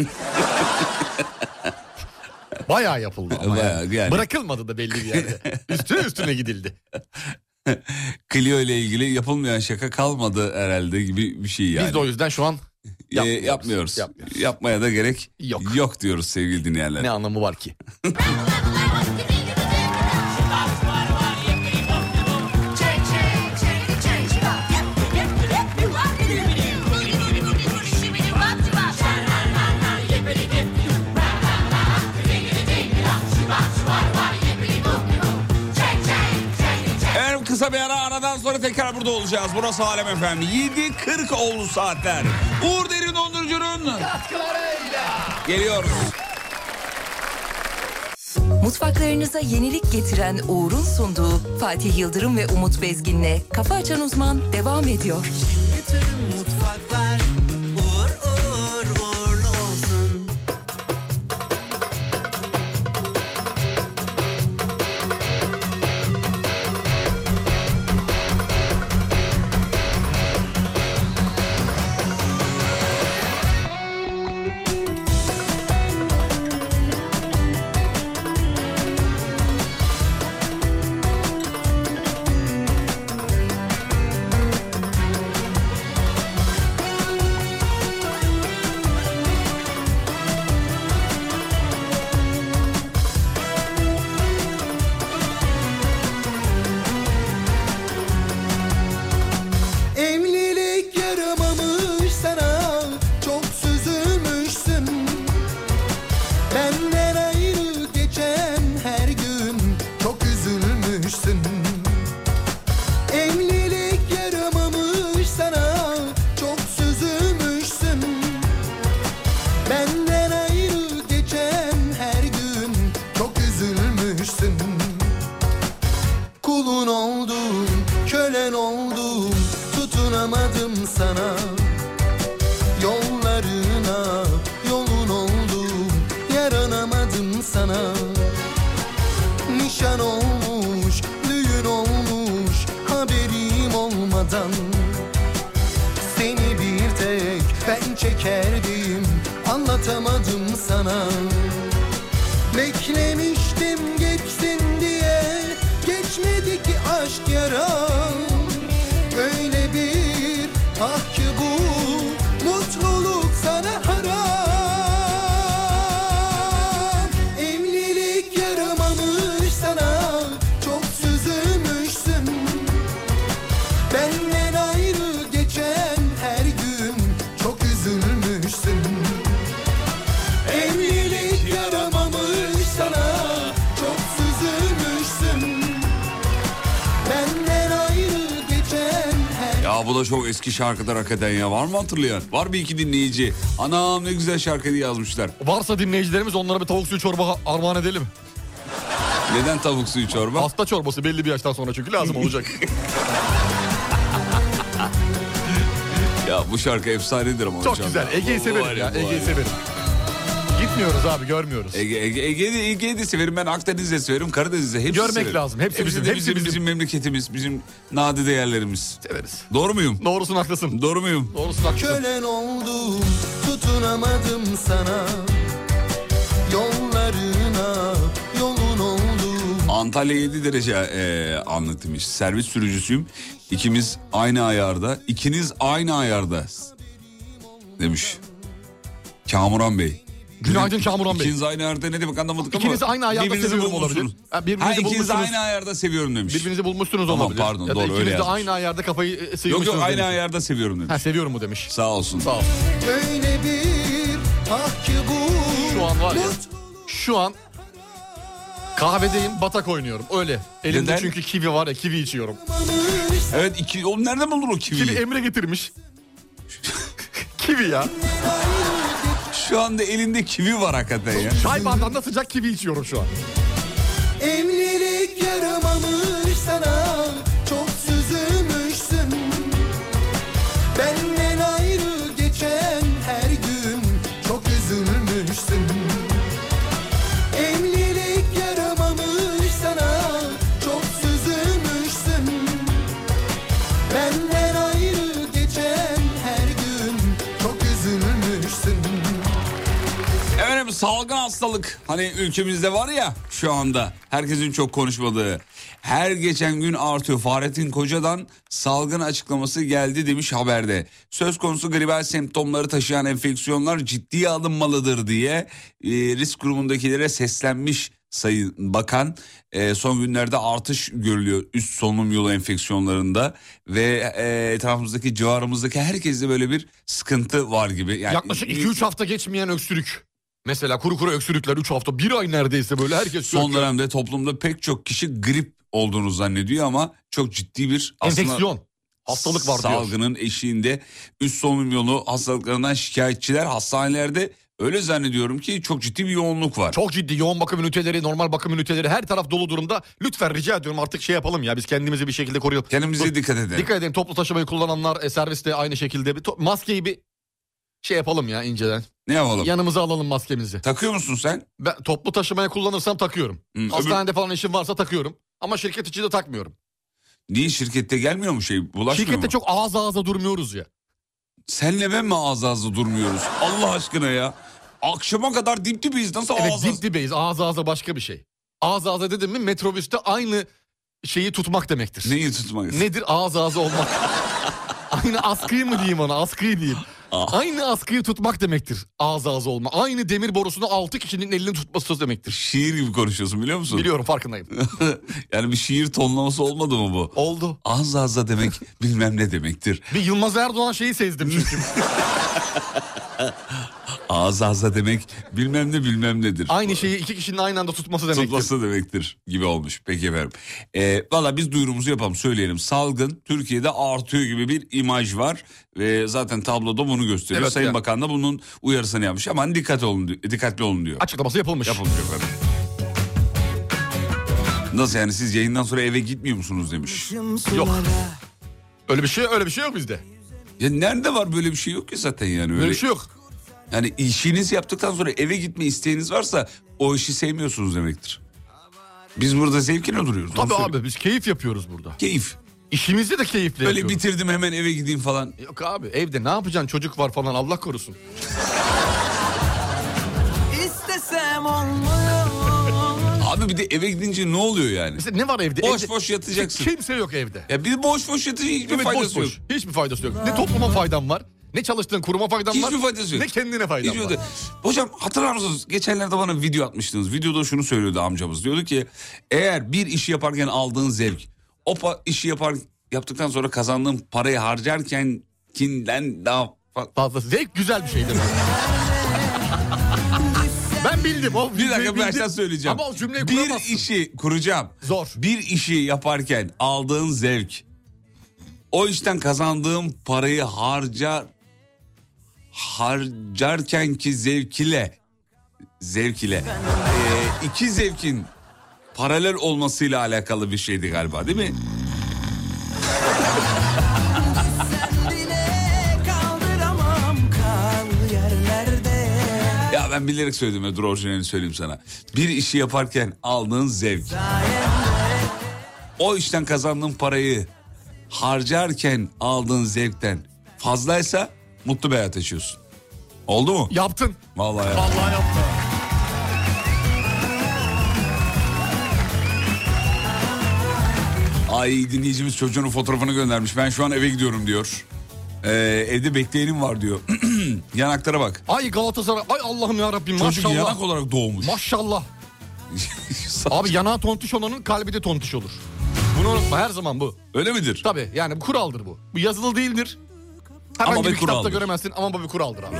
Bayağı yapıldı ama Bayağı yani. yani. Bırakılmadı da belli bir yerde. Üstüne üstüne gidildi. Clio ile ilgili yapılmayan şaka kalmadı herhalde gibi bir şey yani. Biz de o yüzden şu an E, yapmıyoruz. yapmıyoruz. Yapmıyoruz. Yapmaya da gerek Yok. yok diyoruz sevgili dinleyenler. Ne anlamı var ki? Evet, kısa bir ara, aradan sonra tekrar burada olacağız. Burası Alem Efendim. yedi kırk oldu saatler. Uğur Derin Dondurucu'nun geliyoruz. Mutfaklarınıza yenilik getiren Uğur'un sunduğu Fatih Yıldırım ve Umut Bezgin'le Kafa Açan Uzman devam ediyor. Bütün mutfaklar uğur uğur uğurlu olsun. Evlilik yaramamış sana, çok süzülmüşsün. Benden ayrı geçen her gün çok üzülmüşsün. Evlilik yaramamış sana, çok süzülmüşsün. Benden ayrı geçen her gün çok üzülmüşsün. Kulun oldum, kölen oldum, tutunamadım sana. Yollarına yolun oldum, yaranamadım sana. Nişan olmuş, düğün olmuş, haberim olmadan. Seni bir tek ben çekerdim, anlatamadım sana. Beklemiştim geçsin diye, geçmedi ki aşk yaram. Öyle bir ah ki bu mutluluk sana haram. Evlilik yaramamış sana, çok süzülmüşsün. Benden ayrı geçen her gün çok üzülmüşsün. Evlilik yaramamış sana, çok süzülmüşsün. Benden ayrı geçen her... Ya bu da çok eski şarkılar hakikaten ya. Var mı hatırlayan? Var bir iki dinleyici. Anam ne güzel şarkı diye yazmışlar. Varsa dinleyicilerimiz onlara bir tavuk suyu çorba armağan edelim. Neden tavuk suyu çorba? Hasta çorbası belli bir yaştan sonra çünkü lazım olacak. Ya bu şarkı efsanedir ama. Çok hocam güzel. ya. Ege'yi Bu- bu severim var ya. bu var Ege'yi severim. Gitmiyoruz abi, görmüyoruz. Ege, Ege, Ege'yi de, Ege'yi de severim ben, Akdeniz'i de severim, Karadeniz'i de hepsi Görmek severim. lazım. Hepsi bizim, de hepsi bizim, bizim. bizim memleketimiz, bizim nadide yerlerimiz. Severiz. Doğru muyum? Doğrusun, haklısın. Doğru muyum? Doğrusun, haklısın. Kölen oldum, tutunamadım sana. Yollarına yolun oldum. Antalya yedi derece e, anlatmış. Servis sürücüsüyüm. İkimiz aynı ayarda. İkiniz aynı ayarda demiş. Kamuran Bey. Günaydın Kamuran Bey. İkiniz aynı ayarda ne demek anlamadık ama. İkinizi aynı ayarda birbirinizi seviyorum olabilir. bulmuşsunuz. Ha, birbirinizi ha ikinizi bulmuşsunuz. aynı ayarda seviyorum demiş. Birbirinizi bulmuşsunuz Tamam, olabilir. pardon, ya da doğru, ikiniz öyle de yazmış. aynı ayarda kafayı e, Yok sıyırmışsınız. yok aynı demiş. ayarda seviyorum demiş. Ha, seviyorum mu demiş. Sağ olsun. Sağ ol. Öyle bir ah ki bu. Şu an var ya. Şu an kahvedeyim, batak oynuyorum. Öyle. Elimde Neden? çünkü kivi var ya, kivi içiyorum. Evet iki, oğlum nereden buldun o kiviyi? Kivi Emre getirmiş. Kivi ya. Şu anda elinde kivi var hakikaten ya. Çay bardağında sıcak kivi içiyorum şu an. Evlilik yaramamış sana, çok süzülmüşsün. Benden ayrı geçen her gün çok üzülmüşsün. Evlilik yaramamış sana, çok süzülmüşsün. Benden ayrı geçen her gün çok üzülmüşsün. Efendim salgın hastalık hani ülkemizde var ya şu anda herkesin çok konuşmadığı, her geçen gün artıyor. Fahrettin Koca'dan salgın açıklaması geldi demiş haberde. Söz konusu gribal semptomları taşıyan enfeksiyonlar ciddiye alınmalıdır diye e, risk grubundakilere seslenmiş Sayın Bakan. E, son günlerde artış görülüyor üst solunum yolu enfeksiyonlarında ve e, etrafımızdaki civarımızdaki herkeste böyle bir sıkıntı var gibi. Yani, Yaklaşık iki üç hafta geçmeyen öksürük. Mesela kuru kuru öksürükler üç hafta, bir ay neredeyse böyle herkes... Son söküyor. dönemde toplumda pek çok kişi grip olduğunu zannediyor ama çok ciddi bir enfeksiyon, hastalık var diyor. Salgının eşiğinde üst solunum yolu hastalıklarından şikayetçiler hastanelerde öyle zannediyorum ki çok ciddi bir yoğunluk var. Çok ciddi yoğun bakım üniteleri, normal bakım üniteleri her taraf dolu durumda. Lütfen rica ediyorum artık şey yapalım ya, biz kendimizi bir şekilde koruyalım. Kendimize Dur, dikkat edelim. Dikkat edelim, toplu taşımayı kullananlar, e, serviste aynı şekilde. Bir to- maskeyi bir şey yapalım ya inceden. Ne yapalım? Yanımıza alalım maskemizi. Takıyor musun sen? Ben toplu taşımaya kullanırsam takıyorum. Hı, Hastanede falan işim varsa takıyorum. Ama şirket içinde takmıyorum. Niye şirkette gelmiyor mu şey? Bulaşmıyor Şirkette mu? çok ağız ağza durmuyoruz ya. Senle ben mi ağız ağza durmuyoruz? Allah aşkına ya. Akşama kadar dip dibiyiz. Nasıl Evet, ağız dip ağza? dibeyiz. Ağız ağza başka bir şey. Ağız ağza dedim mi metrobüste aynı şeyi tutmak demektir. Neyi tutmak? Nedir ağız ağza olmak? Aynı askıyı mı diyeyim ona? Askıyı diyeyim. Ah. Aynı askıyı tutmak demektir. Ağız ağza olma. Aynı demir borusunu altı kişinin elini tutması demektir. Şiir gibi konuşuyorsun biliyor musun? Biliyorum, farkındayım. Yani bir şiir tonlaması olmadı mı bu? Oldu. Ağız ağza demek bilmem ne demektir. Bir Yılmaz Erdoğan şeyi sezdim çünkü. Ağız ağza demek bilmem ne bilmem nedir. Aynı şeyi iki kişinin aynı anda tutması demektir. Tutması demektir gibi olmuş. Peki efendim. Ee, Valla biz duyurumuzu yapalım, söyleyelim. Salgın Türkiye'de artıyor gibi bir imaj var. Ve zaten tabloda bunu gösteriyor. Evet, Sayın yani. Bakan da bunun uyarısını yapmış. Aman dikkat olun, dikkatli olun diyor. Açıklaması yapılmış. Yapılmış efendim. Nasıl yani, siz yayından sonra eve gitmiyor musunuz demiş. Yok. Öyle bir şey öyle bir şey yok bizde. Ya nerede var böyle bir şey, yok ki zaten yani. Öyle, Böyle bir şey yok. Yani işinizi yaptıktan sonra eve gitme isteğiniz varsa o işi sevmiyorsunuz demektir. Biz burada zevkine duruyoruz. Tabii Onu abi, söyleyeyim. biz keyif yapıyoruz burada. Keyif. İşimizi de keyifle Böyle yapıyoruz. bitirdim hemen eve gideyim falan. Yok abi, evde ne yapacaksın, çocuk var falan, Allah korusun. İstesem olmuyor. Abi bir de eve gidince ne oluyor yani? Mesela ne var evde? Boş Evde- boş yatacaksın. Kimse yok evde. Ya bir boş boş yatınca hiçbir Evet, faydası boş yok. boş. Hiçbir faydası yok. Ne topluma faydan var, ne çalıştığın kuruma faydan var. Hiçbir faydası yok. Ne kendine faydan Hiçbir var. fayda- Hocam hatırlar mısınız? Geçenlerde bana video atmıştınız. Videoda şunu söylüyordu amcamız. Diyordu ki eğer bir işi yaparken aldığın zevk, o pa- işi yapar yaptıktan sonra kazandığın parayı harcarken kinden daha fa- Fazla zevk güzel bir şeydir. Ben bildim. O Bir dakika bildim. baştan söyleyeceğim. Ama o cümleyi bir kuramazsın. işi kuracağım. Zor. Bir işi yaparken aldığın zevk, o işten kazandığın parayı harcar harcarken ki zevk ile zevk ile e, iki zevkin paralel olmasıyla alakalı bir şeydi galiba, değil mi? Ya ben bilerek söyledim ya, dur orijinalini söyleyeyim sana. Bir işi yaparken aldığın zevk, o işten kazandığın parayı harcarken aldığın zevkten fazlaysa mutlu bir hayat yaşıyorsun. Oldu mu? Yaptın. Vallahi ya. Vallahi yaptın. Ay dinleyicimiz çocuğunun fotoğrafını göndermiş. Ben şu an eve gidiyorum diyor. Ee, evde bekleyenim var diyor. Yanaklara bak. Ay Galatasaray. Ay Allah'ım yarabbim Çocuk maşallah. yanak olarak doğmuş. Maşallah. Abi yanağı tontiş olanın kalbi de tontiş olur. Bunu unutma, her zaman bu. Öyle midir? Tabii yani bu kuraldır bu. Bu yazılı değildir. Herhangi Ama bir bir kitapta kuraldır. göremezsin ama bu bir kuraldır abi.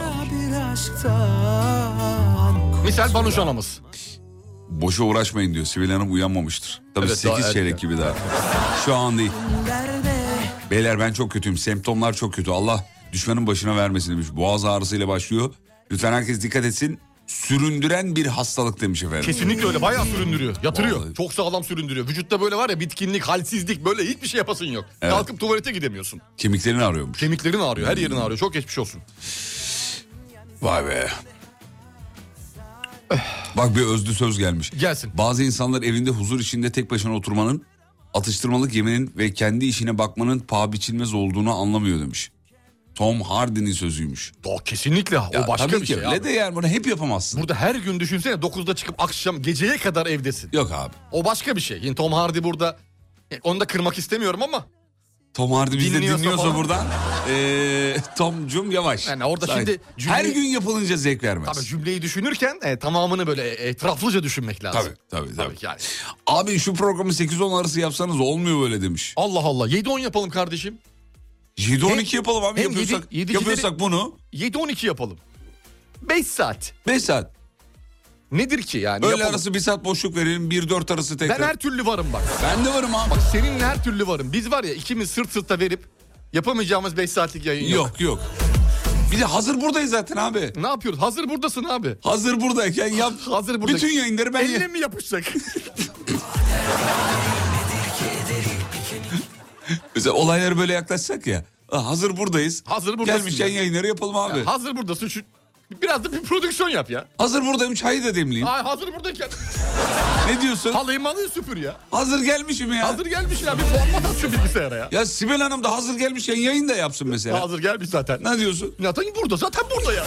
Misal Banuş anamız. Boşa uğraşmayın diyor. Sibel Hanım uyanmamıştır. Tabii Evet, daha sekiz çeyrek erken. gibi daha. Şu an değil. Beyler ben çok kötüyüm. Semptomlar çok kötü. Allah düşmanın başına vermesin demiş. Boğaz ağrısıyla başlıyor. Lütfen herkes dikkat etsin. Süründüren bir hastalık demiş efendim. Kesinlikle öyle, bayağı süründürüyor. Yatırıyor. Vallahi. Çok sağlam süründürüyor. Vücutta böyle var ya bitkinlik, halsizlik, böyle hiçbir şey yapasın yok. Evet. Kalkıp tuvalete gidemiyorsun. Kemiklerini ağrıyormuş. Kemiklerin ağrıyor, her yerin ağrıyor. Çok geçmiş olsun. Vay be. Bak bir özlü söz gelmiş. Gelsin. Bazı insanlar evinde huzur içinde tek başına oturmanın, atıştırmalık yemenin ve kendi işine bakmanın paha biçilmez olduğunu anlamıyor demiş. Tom Hardy'nin sözüymüş. O kesinlikle o Ya başka tabii bir ki şey öyle abi. de yani bunu hep yapamazsın. Burada her gün düşünsene dokuzda çıkıp akşam geceye kadar evdesin. Yok abi. O başka bir şey. Yine Tom Hardy burada. E, Onu da kırmak istemiyorum ama. Tom Hardy bizde Dinliyorsa dinliyorsa falan. buradan. Ee, Tom'cum yavaş. Yani orada Sakin. şimdi cümleyi- Her gün yapılınca zevk vermez. Tabii cümleyi düşünürken e, tamamını böyle etraflıca düşünmek lazım. Tabii tabii. tabii. Yani. Abi şu programı sekiz on arası yapsanız olmuyor böyle demiş. Allah Allah, yedi on yapalım kardeşim. yedi on iki yapalım abi hem yapıyorsak. yedi- yedicileri- yapıyorsak bunu. yedi on iki yapalım. beş saat. beş saat. Nedir ki yani? Öğle Yapalım. arası bir saat boşluk verelim. bir dört arası tekrar. Ben her türlü varım bak. Ben de varım abi. Bak seninle her türlü varım. Biz var ya ikimiz sırt sırta verip yapamayacağımız beş saatlik yayın yok. Yok yok. Bir de hazır buradayız zaten abi. Ne yapıyoruz? Hazır buradasın abi. Hazır buradayken yap. Hazır burada. Bütün yayınları ben... Elle mi yapışsak? Mesela olayları böyle yaklaşsak ya. Ah, hazır buradayız. Hazır buradasın. Gelmişken ya. yayınları yapalım abi. Ya hazır buradasın. Şu... Biraz da bir prodüksiyon yap ya. Hazır buradayım, çayı da demleyeyim. Ay, hazır buradayken. Ne diyorsun? Halıyı malıyı süpür ya. Hazır gelmişim ya. Hazır gelmiş ya. Bir format at şu bilgisayara ya. Ya Sibel Hanım da hazır gelmişken yayın da yapsın mesela. Hazır gelmiş zaten. Ne diyorsun? Zaten burada. Zaten burada ya.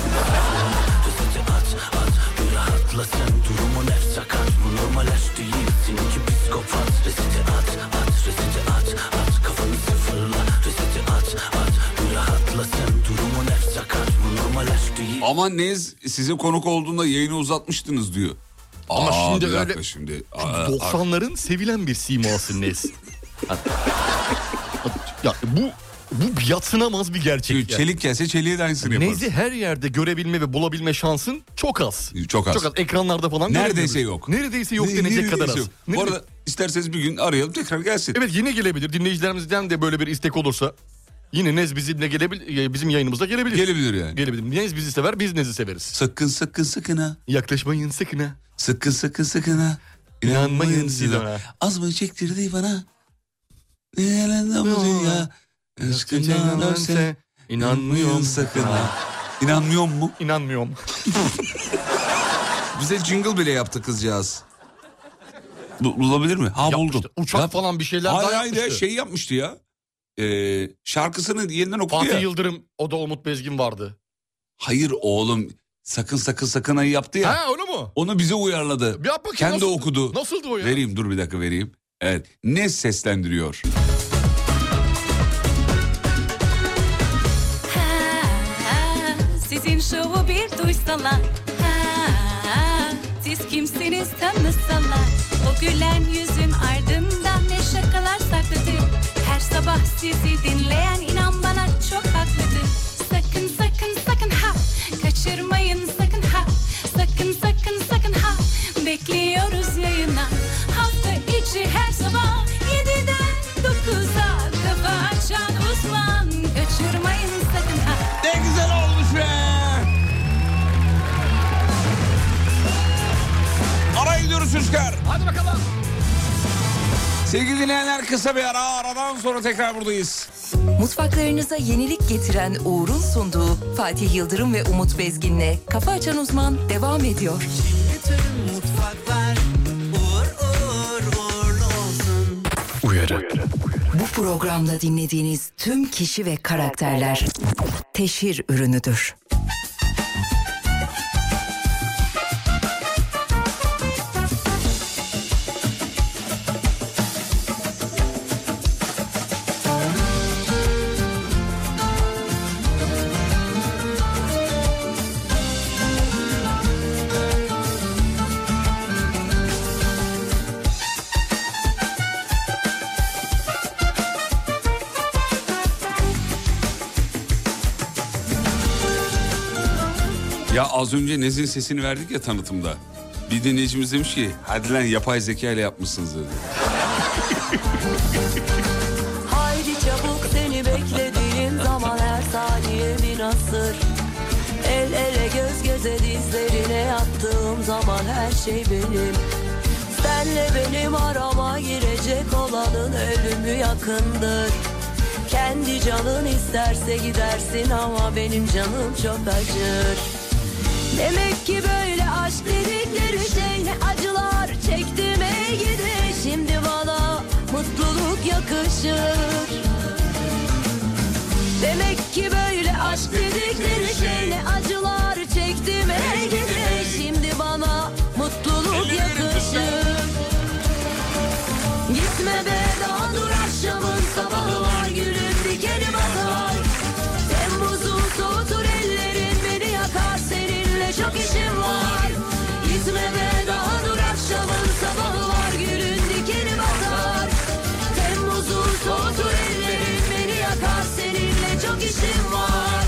Aman Nez size konuk olduğunda yayını uzatmıştınız diyor. Ama Aa, şimdi bir dakika öyle- Şimdi. Aa, doksanların sevilen bir siması Nes. Ya bu bu yatsınamaz bir gerçek. Çünkü çelik gelse çeliğe de aynısını yaparız. Nezi her yerde görebilme ve bulabilme şansın çok az. Çok az. Çok az. Ekranlarda falan Neredeyse göremiyoruz. yok. Neredeyse yok Ne- denecek neredeyse kadar az. yok. Ne- Bu arada isterseniz bir gün arayalım tekrar gelsin. Evet, yine gelebilir. Dinleyicilerimizden de böyle bir istek olursa yine Nez bizimle gelebilir, bizim yayınımıza gelebilir. Gelebilir yani. Gelebilir. Nez bizi sever, biz Nez'i severiz. Sakın sakın sakın ha. Yaklaşmayın sakın ha. Sakın sakın sakın ha. İnanmayın siz ona. Az mı çektirdi bana? Ne yalan bu dünya. Aşkından ölse inanmıyorum sakın ha. İnanmıyor mu? İnanmıyorum. Bize jingle bile yaptı kızcağız. Bu- Bulabilir mi? Ha buldum. Yapmıştı. Uçak Ya- falan bir şeyler Hayır daha hayır yapmıştı. ya, şey yapmıştı ya. Ee, şarkısını yeniden okudu Fatih ya. Yıldırım, o da Umut Bezgin vardı. Hayır oğlum, sakın sakın sakın ayı yaptı ya. Ha, öyle mu? Onu bize uyarladı. Bir yap bakayım, Kendi nasıldı? okudu. Nasıldı o ya? Vereyim, dur bir dakika vereyim. Evet. Ne seslendiriyor? Ha, sizin şovu bir duysalar. Ha, siz kimsiniz tanısalar. O gülen yüzün ardından ne şakalar sakladır. Her sabah sizi dinleyen inan bana çok haklıdır. Sakın sakın sakın ha, kaçırmayın sakın ha. Sakın sakın sakın ha, bekliyoruz yayına. Hafta içi her sabah yediden dokuza kafa açan uzman. Kaçırmayın sakın ha. Ne güzel olmuş be! Araya gidiyoruz çocuklar. Hadi bakalım. Sevgili dinleyenler, kısa bir ara, aradan sonra tekrar buradayız. Mutfaklarınıza yenilik getiren Uğur'un sunduğu Fatih Yıldırım ve Umut Bezgin'le Kafa Açan Uzman devam ediyor. Uyarı. Bu programda dinlediğiniz tüm kişi ve karakterler teşhir ürünüdür. Ya az önce Nez'in sesini verdik ya tanıtımda. Bir dinleyicimiz demiş ki hadi lan yapay zeka ile yapmışsınız dedi. Haydi çabuk seni beklediğim zaman her saniye bin asır. El ele göz göze dizlerine yattığım zaman her şey benim. Senle benim arama girecek olanın ölümü yakındır. Kendi canın isterse gidersin ama benim canım çok acır. Demek ki böyle aşk dedikleri şey ne acılar çektim ey gidi. Şimdi bana mutluluk yakışır. Demek ki böyle aşk dedikleri şey ne acılar çektim ey gidi. Şimdi bana mutluluk yakışır. Gitme be daha dur akşamın sabahı var. Gülüm dikenim atar. Temmuz'u soğutur ellerin beni yakar. Seninle çok işim var. Gitme be daha dur akşamın sabahı var. Gülüm dikenim atar. Temmuz'u soğutur ellerin beni yakar. Seninle çok işim var.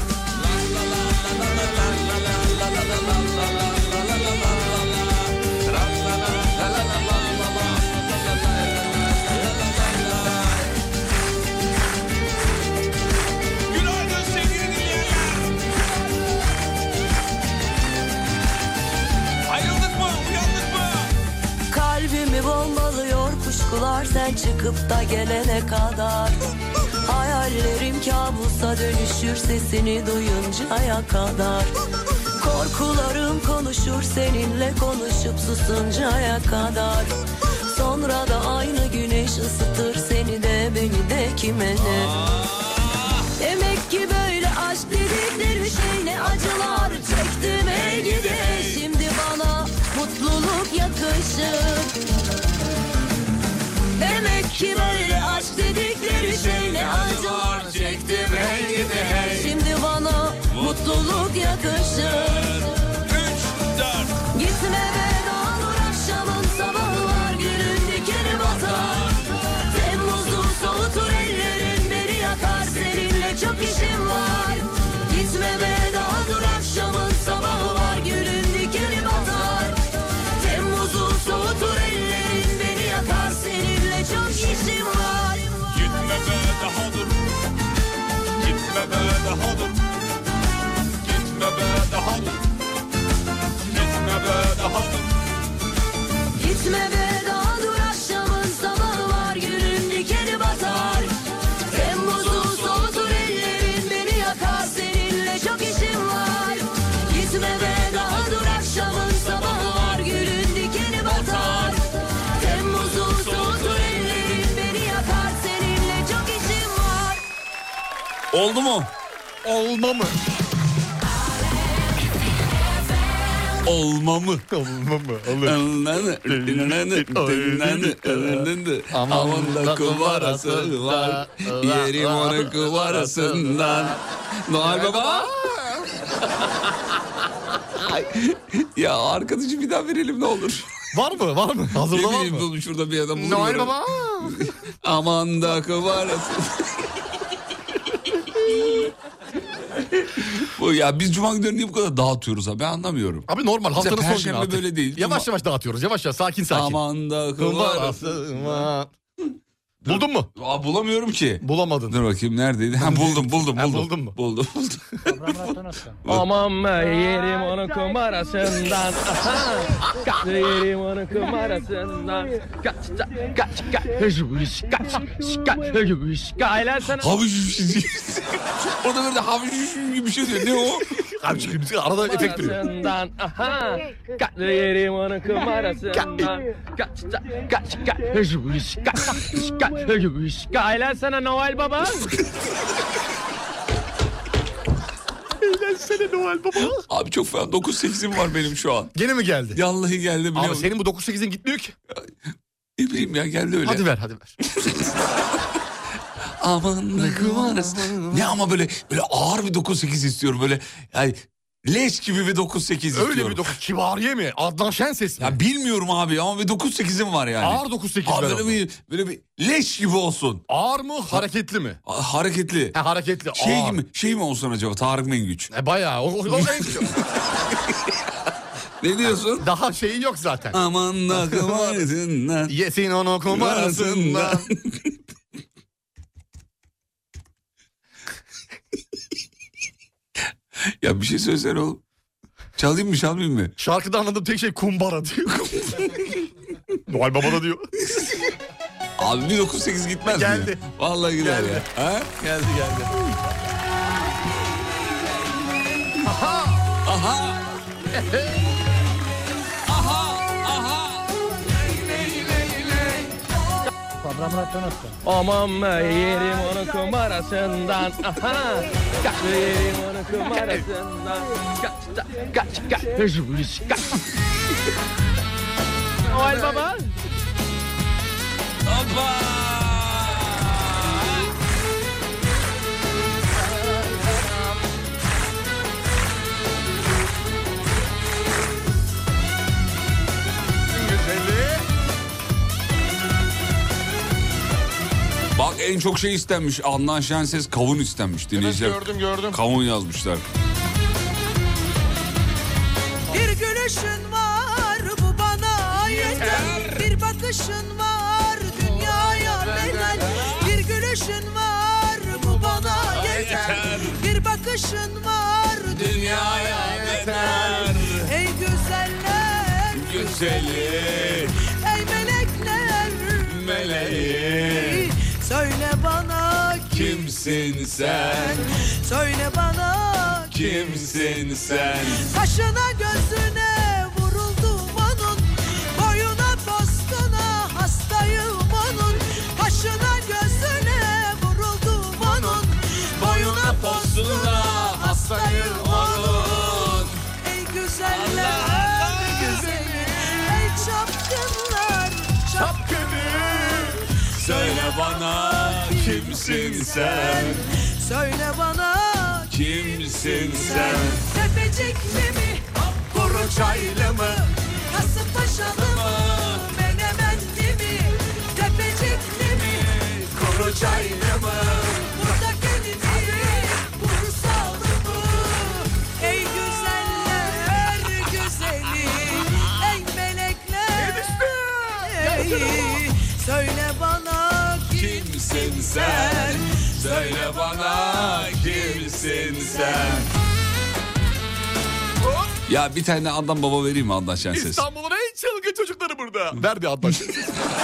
Kalbimi bombalıyor kuşkular sen çıkıp da gelene kadar. Hayallerim kabusa dönüşür sesini duyuncaya kadar. Korkularım konuşur seninle konuşup susuncaya kadar. Sonra da aynı güneş ısıtır seni de beni de kime ne. Demek ki böyle aşk dedikleri şey ne acılar çektim ey gidi. Şimdi bana mutluluk yakışır. Demek ki böyle aşk dedikleri şey ne acılar çektim ey gidi. Şimdi bana mutluluk yakışır. Üç, dört. Gitme be daha dur akşamın sabahı var. Gülün dikeni batar. Temmuz'u soğutur ellerin beni yakar. Seninle çok işim var. Gitme be daha dur akşamın sabahı var. Gülün dikeni batar. Temmuz'u soğutur ellerin beni yakar. Seninle çok işim var. Gitme be daha dur. Gitme be daha dur. Gitme be daha dur. Gitme be daha dur. Gitme be daha dur akşamın sabahı var. Gülün dikeni batar. Temmuz'u soğutur ellerin beni yakar. Seninle çok işim var. Gitme be daha dur akşamın sabahı var. Gülün dikeni batar. Temmuz'u soğutur ellerin beni yakar. Seninle çok işim var. Oldu mu? Olma mı? Olma mı? Olma mı? Olur. Aman da kumarası var. Yerim onun kumarasından. Noel Baba. Ya arkadaşı bir daha verelim ne olur. Var mı? Var mı? Hazırda var mı? Şurada bir adam bulur. Noel Baba. Aman da kumarası. Bu ya biz cuma günleri niye bu kadar dağıtıyoruz abi ben anlamıyorum. Abi normal haftanın son günü Perşembe artık. böyle değil. Yavaş yavaş dağıtıyoruz yavaş yavaş sakin sakin. Aman da kumarası. Buldun mu? Aa, bulamıyorum ki. Bulamadın. Dur bakayım neredeydi? Ha, buldum buldum Ha, buldum. buldun mu? Buldum buldum. Aman be yerim onu kumarasından. Kaç yerim onu kumarasından. Kaç kaç kaç kaç kaç kaç sana. Havuç. O da böyle havuç gibi bir şey diyor. Ne o? Havuç gibi arada efekt veriyor. Kaç yerim onu kumarasından. Kaç kaç kaç kaç Eğlensene Noel Baba. Eğlensene Noel Baba. Abi çok fena dokuz sekizim var benim şu an. Gene mi geldi? Vallahi geldi biliyor Abi musun? senin bu dokuz sekizin gitmiyor ki. Ne bileyim ya geldi öyle. Hadi ver hadi ver. Aman ne kumarası. Ne ama böyle böyle ağır bir dokuz sekiz istiyorum böyle. Yani Leş gibi bir dokuz sekiz Öyle istiyorum. bir dokuz kibariye mi? Adnan Şenses mi? Ya bilmiyorum abi ama bir dokuz sekizim var yani. Ağır dokuz sekiz Abi ver böyle ama. bir, böyle bir leş gibi olsun. Ağır mı hareketli mi? Ha- hareketli. Ha, hareketli Şey ağır. mi, şey mi olsun acaba Tarık Mengüç? E, bayağı. O, o, o Ne diyorsun? Daha şeyi yok zaten. Aman da kumarasından. Yesin onu kumarasından. Ya bir şey söylesene oğlum. Çalayım mı çalmayayım mı? Şarkıda anladığım tek şey kumbara diyor. Noel Baba da diyor. Abi bir dokuz sekiz gitmez Geldi. mi? Ya? Vallahi gider Geldi. ya. Ha? Geldi geldi. Aha. Aha. Aha. Aha. Aman be yerim onu kumarasından. Aha. Kaç yerim onu kumarasından. Kaç kaç kaç kaç. Kaç. Noel Baba. Hoppa. Bak en çok şey istenmiş. Adnan Şenses kavun istenmiş dinleyiciler. Evet, gördüm gördüm. Kavun yazmışlar. Bir gülüşün var bu bana yeter. Bir bakışın var dünyaya bedel. Bir gülüşün var bu bana yeter. Bir bakışın var dünyaya yeter. Ey güzeller Güzeli. ey melekler Meleği. söyle bana Kimsin sen? söyle bana Kimsin sen? kaşına gözüne vuruldum onun, boyuna postuna hastayım onun. Kaşına gözüne vuruldum onun, boyuna postuna hastayım onun. Ey güzeller güzeli, ey çapkınlar çapkını. Söyle bana kimsin sen? Söyle bana Kimsin sen? tepecikli mi, kuru çaylı mı, Kasımpaşalı mı, Menemenli mi, tepecikli mi, kuru çaylı mı, burada gelini, Bursalı mı? Ey güzeller güzeli, ey melekler, ey, söyle bana Kimsin sen? Söyle bana kimsin sen? Ya bir tane Adnan Baba vereyim mi Adnan Şenses? İstanbul'un en çılgın çocukları burada. Ver bir Adnan Şenses.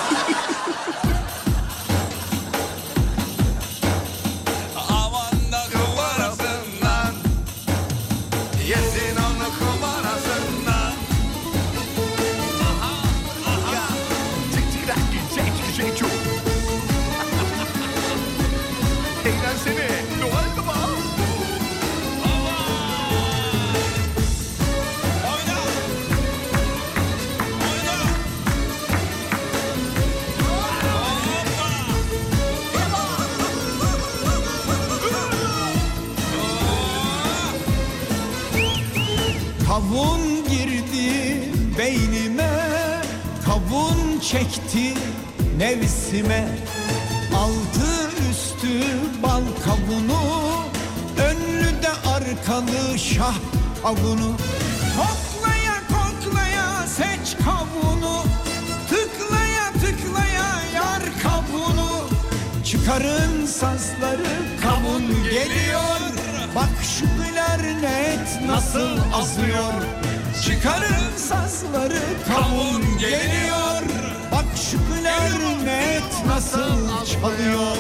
Aman da kumarasından. Yesin onu kumarasından. Aha, aha. Eğlensene. Noel Baba. Kavun girdi beynime, kavun çekti nefsime. Altı üstü bal kavunu, önlü de arkalı şah kavunu. Koklaya koklaya seç kavunu, tıklaya tıklaya yar kavunu. Çıkarın sazları kavun geliyor, bak şu klarnet nasıl azıyor. Çıkarın sazları kavun geliyor, bak şu klarnet nasıl çalıyor.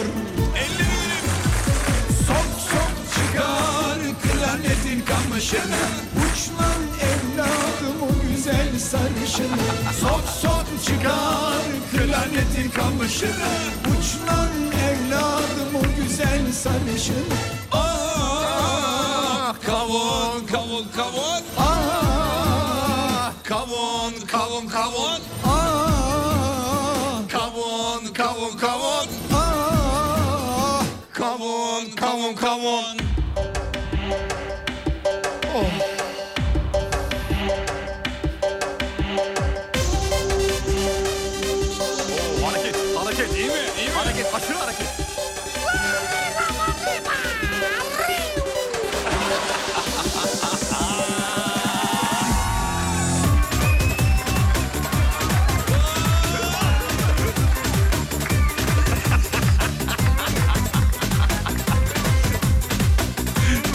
Sok sok çıkar klarnetin kamışını, uç lan evladım o güzel sarışını. Sok sok çıkar klarnetin kamışını, uç lan evladım o güzel sarışın. Ah, kavun kavun kavun. Ah, Kavun kavun kavun. ah, Kavun kavun kavun. ah. Kavun kavun kavun. Oh.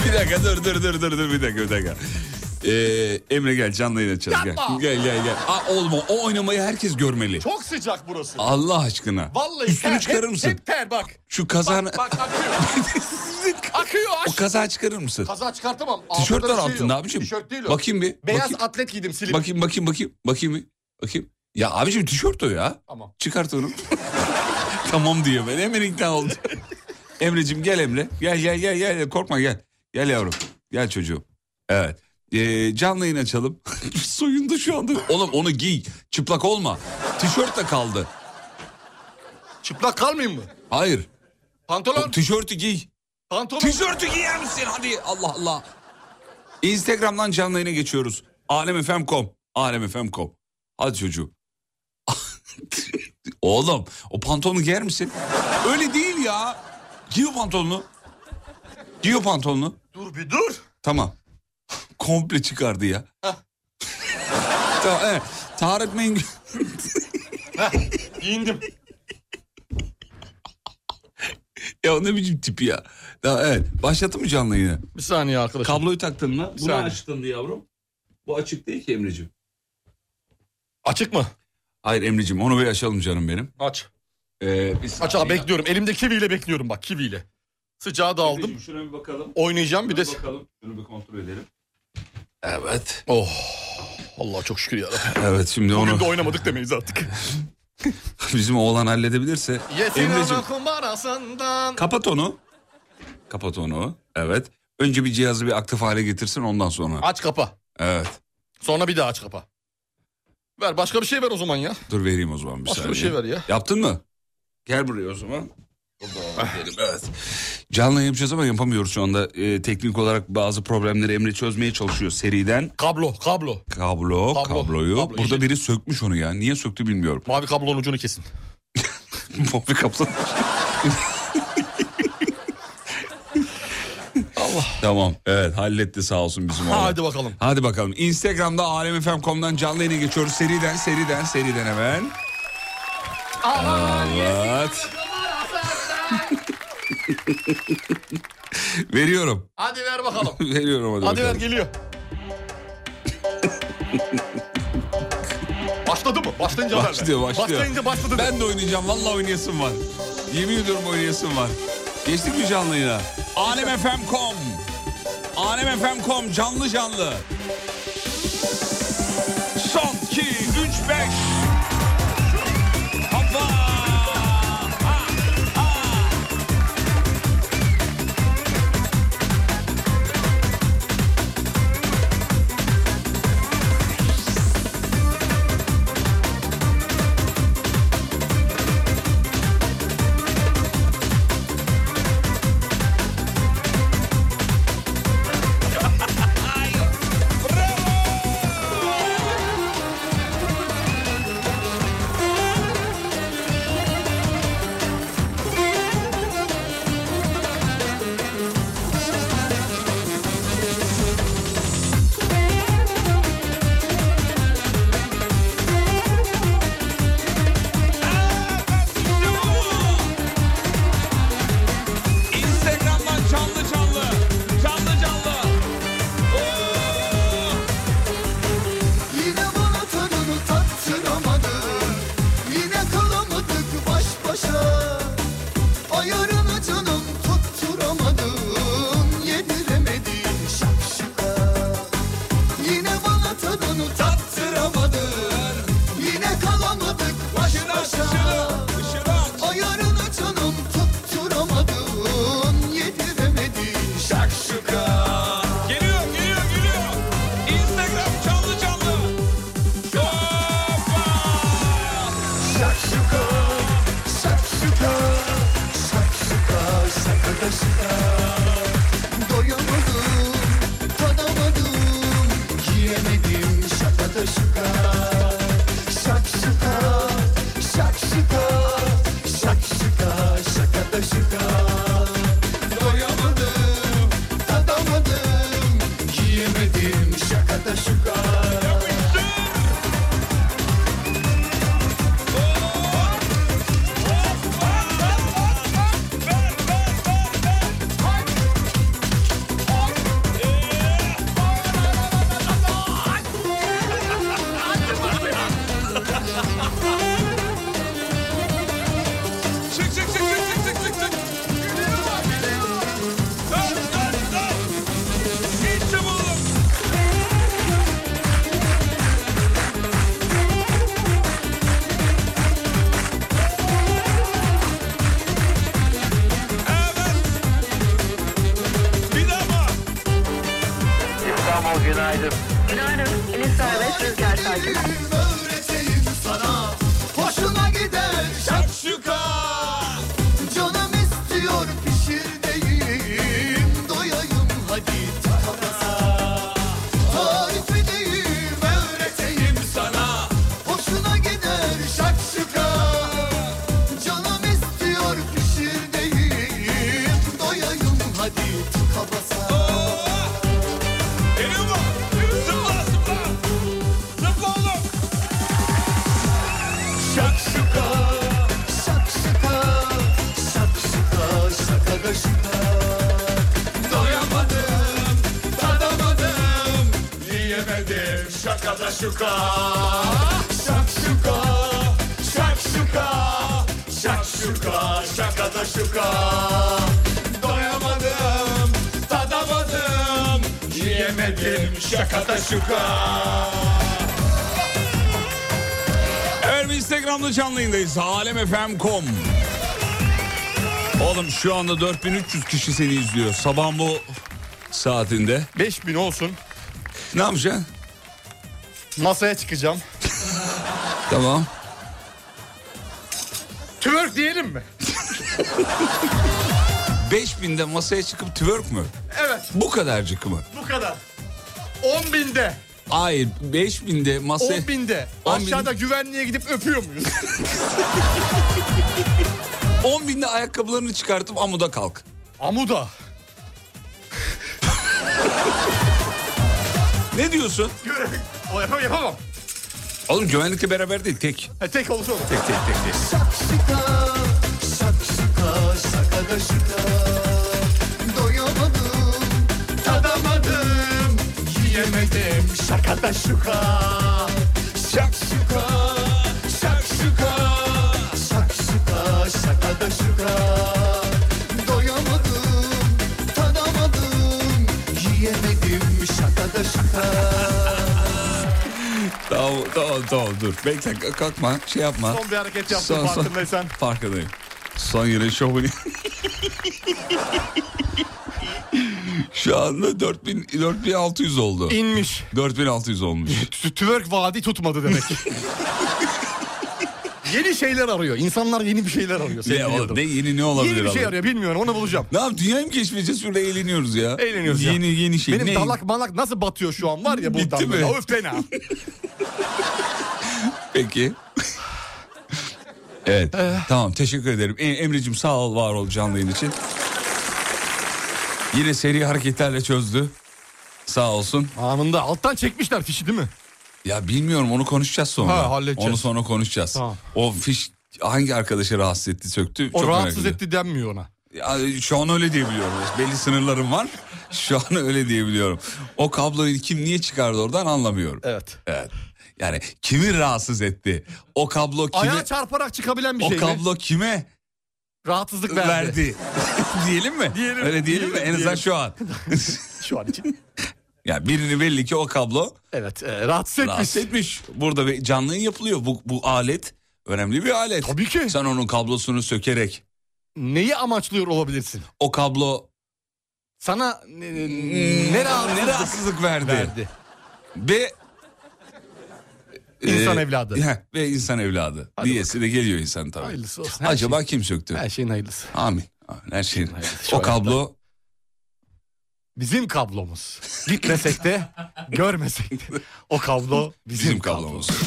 Bir dakika dur dur dur dur dur bir dakika bir dakika. Ee, Emre gel canlı yayın açalım. Gel gel gel. gel. Aa, olma o oynamayı herkes görmeli. Çok sıcak burası. Allah aşkına. Vallahi üstünü ter, çıkarır hep, mısın? Hep ter bak. Şu kazağını... Bak, bak akıyor. akıyor aşk. O kazağı çıkarır mısın? Kazağı çıkartamam. Tişört var Altında bir altında şey yok. abicim. Tişört değil o. Bakayım bir. Beyaz bakayım. atlet giydim silip. Bakayım bakayım bakayım. Bakayım bir. Bakayım. Ya abicim tişört o ya. Tamam. Çıkart onu. Tamam diyor ben hemen ikna oldum. Emre'cim gel Emre. Gel gel gel gel korkma gel. Gel yavrum. Gel çocuğum. Evet. Ee, canlı yayın açalım. Soyundu şu anda. Oğlum onu giy. Çıplak olma. Tişört de kaldı. Çıplak kalmayayım mı? Hayır. Pantolon. O, tişörtü giy. Pantolon. Tişörtü giyer misin? Hadi Allah Allah. Instagram'dan canlı yayına geçiyoruz. alemfm nokta com. alemfm nokta com. Hadi çocuğum. Oğlum o pantolonu giyer misin? Öyle değil ya. Giy o pantolonu. Giy o pantolonu. Dur bir dur. Tamam. Komple çıkardı ya. Tamam, evet. Tarık Mengü. Giyindim. Ya o ne biçim tipi ya. Tamam, evet. Başlattın mı canlı yayını? Bir saniye arkadaşım. Kabloyu taktın mı? Bir Bunu saniye. açtın yavrum. Bu açık değil ki Emre'ciğim. Açık mı? Hayır Emre'ciğim onu bir açalım canım benim. Aç. Ee, bir Aç abi bekliyorum. Elimde kiviyle bekliyorum bak kiviyle. Sıcağı da aldım. Emre'ciğim şuna bir bakalım. Oynayacağım bir de. Şuna bakalım. Şunu bir kontrol edelim. Evet. Oh. Allah çok şükür yarabbim. Evet şimdi Bugün onu... de oynamadık demeyiz artık. Bizim oğlan halledebilirse. Emre'ciğim kumbarasından. kapat onu. Kapat onu. Evet. Önce bir cihazı bir aktif hale getirsin ondan sonra. Aç kapa. Evet. Sonra bir daha aç kapa. Ver başka bir şey ver o zaman ya. Dur vereyim o zaman bir Başka saniye. bir şey ver ya. Yaptın mı? Gel buraya o zaman. Evet. Canlı yayın yapacağız ama yapamıyoruz şu anda. Ee, teknik olarak bazı problemleri Emre çözmeye çalışıyor seriden. Kablo, kablo. Kablo, Kablo, kabloyu. kablo, Burada yeşil. biri sökmüş onu ya. Niye söktü bilmiyorum. Mavi kablonun ucunu kesin. Mavi kablo. Allah. Tamam. Evet halletti sağ olsun bizim oğlan. Hadi bakalım. Hadi bakalım. Instagram'da alemfm nokta com'dan canlı yayına geçiyoruz. Seriden, seriden, seriden hemen. Evet. Veriyorum. Hadi ver bakalım. Veriyorum hadi, Hadi ver bakalım. geliyor. Başladı mı? Başlayınca haber ver. Başlıyor, başlıyor. Başlayınca başladı. Ben de oynayacağım. Vallahi oynayasım var. Yemin ediyorum oynayasım var. Geçtik mi canlı yayına? alemfm nokta com. alemfm nokta com canlı canlı. Son iki, üç, beş. Hoppa. İstanbul günaydın. Günaydın. İniş serbest rüzgar sakin. Öğreteyim sana hoşuna gider şakşuka. Canım istiyor pişir de yiyeyim, doyayım hadi tıka basa. Tarif edeyim öğreteyim sana hoşuna gider şakşuka. Canım istiyor pişir de yiyeyim, doyayım hadi tıka basa. Geliyor mu? Zıpla zıpla. Zıpla oğlum. Şakşuka, şakşuka, şakşuka, şakada şuka. Doyamadım, tadamadım, yiyemedim şakada şuka. Şakşuka, şakşuka, şakşuka, şakada şuka. Doyamadım, tadamadım, yiyemedim şakada şuka. Evet, Instagram'da canlı yayındayız. alem f m nokta com. Oğlum şu anda dört bin üç yüz kişi seni izliyor. Sabahın bu saatinde. beş bin olsun. Ne yapacaksın? Masaya çıkacağım. Tamam. Twerk diyelim mi? beş binde masaya çıkıp twerk mü? Evet. Bu kadarcık mı? Bu kadar. on binde. Hayır, beş binde masaya... on binde. on Aşağıda güvenliğe gidip öpüyor muyuz? on binde ayakkabılarını çıkartıp amuda kalk. Amuda. Ne diyorsun? O yapamam, yapamam. Oğlum güvenlikle beraber değil, tek. He, tek olursa olur. Tek tek tek tek. Şakşuka, şakşuka, şakada şuka. Doyamadım, tadamadım, yiyemedim şakada şuka. Şakşuka, şakşuka, şakşuka, şakada şuka. Doyamadım, tadamadım, yiyemedim şakada şuka. Tamam tamam tamam dur. Bekle kalkma, şey yapma. Son bir hareket yaptım Son- son- farkındaysan. Farkındayım. Son yine şovunu. Şu anda dört bin dört bin altı yüz oldu. İnmiş. dört bin altı yüz olmuş. Twerk vaadi tutmadı demek ki. Yeni şeyler arıyor. İnsanlar yeni bir şeyler arıyor. Ne, sevgili o, Yıldırım. ne yeni ne olabilir? Yeni bir şey abi? arıyor, bilmiyorum, onu bulacağım. Ne yap? Dünyayı mı keşfedeceğiz? Şurada eğleniyoruz ya. Eğleniyoruz ya. Yeni yeni şey. Benim ne? dalak malak nasıl batıyor şu an var ya buradan. Bitti mi? böyle. Öf fena. Peki. Evet. Tamam, teşekkür ederim. E, Emre'cim sağ ol, var ol canlı yayın için. Yine seri hareketlerle çözdü. Sağ olsun. Anında alttan çekmişler fişi değil mi? Ya bilmiyorum, onu konuşacağız sonra. Ha, halledeceğiz. Onu sonra konuşacağız. Tamam. O fiş hangi arkadaşı rahatsız etti, söktü? O Çok merak rahatsız ediyorum. etti denmiyor ona. Ya, şu an öyle diyebiliyorum. Belli sınırlarım var. Şu an öyle diyebiliyorum. O kabloyu kim niye çıkardı oradan anlamıyorum. Evet. Evet. Yani kimi rahatsız etti? O kablo kime? Ayağa çarparak çıkabilen bir o şey mi? kablo kime Rahatsızlık verdi. verdi? Diyelim mi? Diyelim, Öyle diyelim, mi? En azından diyelim. şu an. Şu an için. Ya birini belli ki o kablo Evet, e, rahatsız etmiş. rahatsız etmiş. Burada bir canlı yayın yapılıyor. Bu, bu alet önemli bir alet. Tabii ki. Sen onun kablosunu sökerek Neyi amaçlıyor olabilirsin? o kablo Sana ne, ne, ne rahatsızlık, ne rahatsızlık verdi? verdi? Ve İnsan e, evladı. heh, ve insan evladı. Hadi Diyesi de geliyor insan tabii. Hayırlısı olsun. Her Acaba şey- kim söktü? Her şeyin hayırlısı. Amin. Amin. Her şeyin. hayırlısı. Şu O kablo Bizim kablomuz. Gitmesek de görmesek de. O kablo bizim, bizim kablomuz. kablomuz.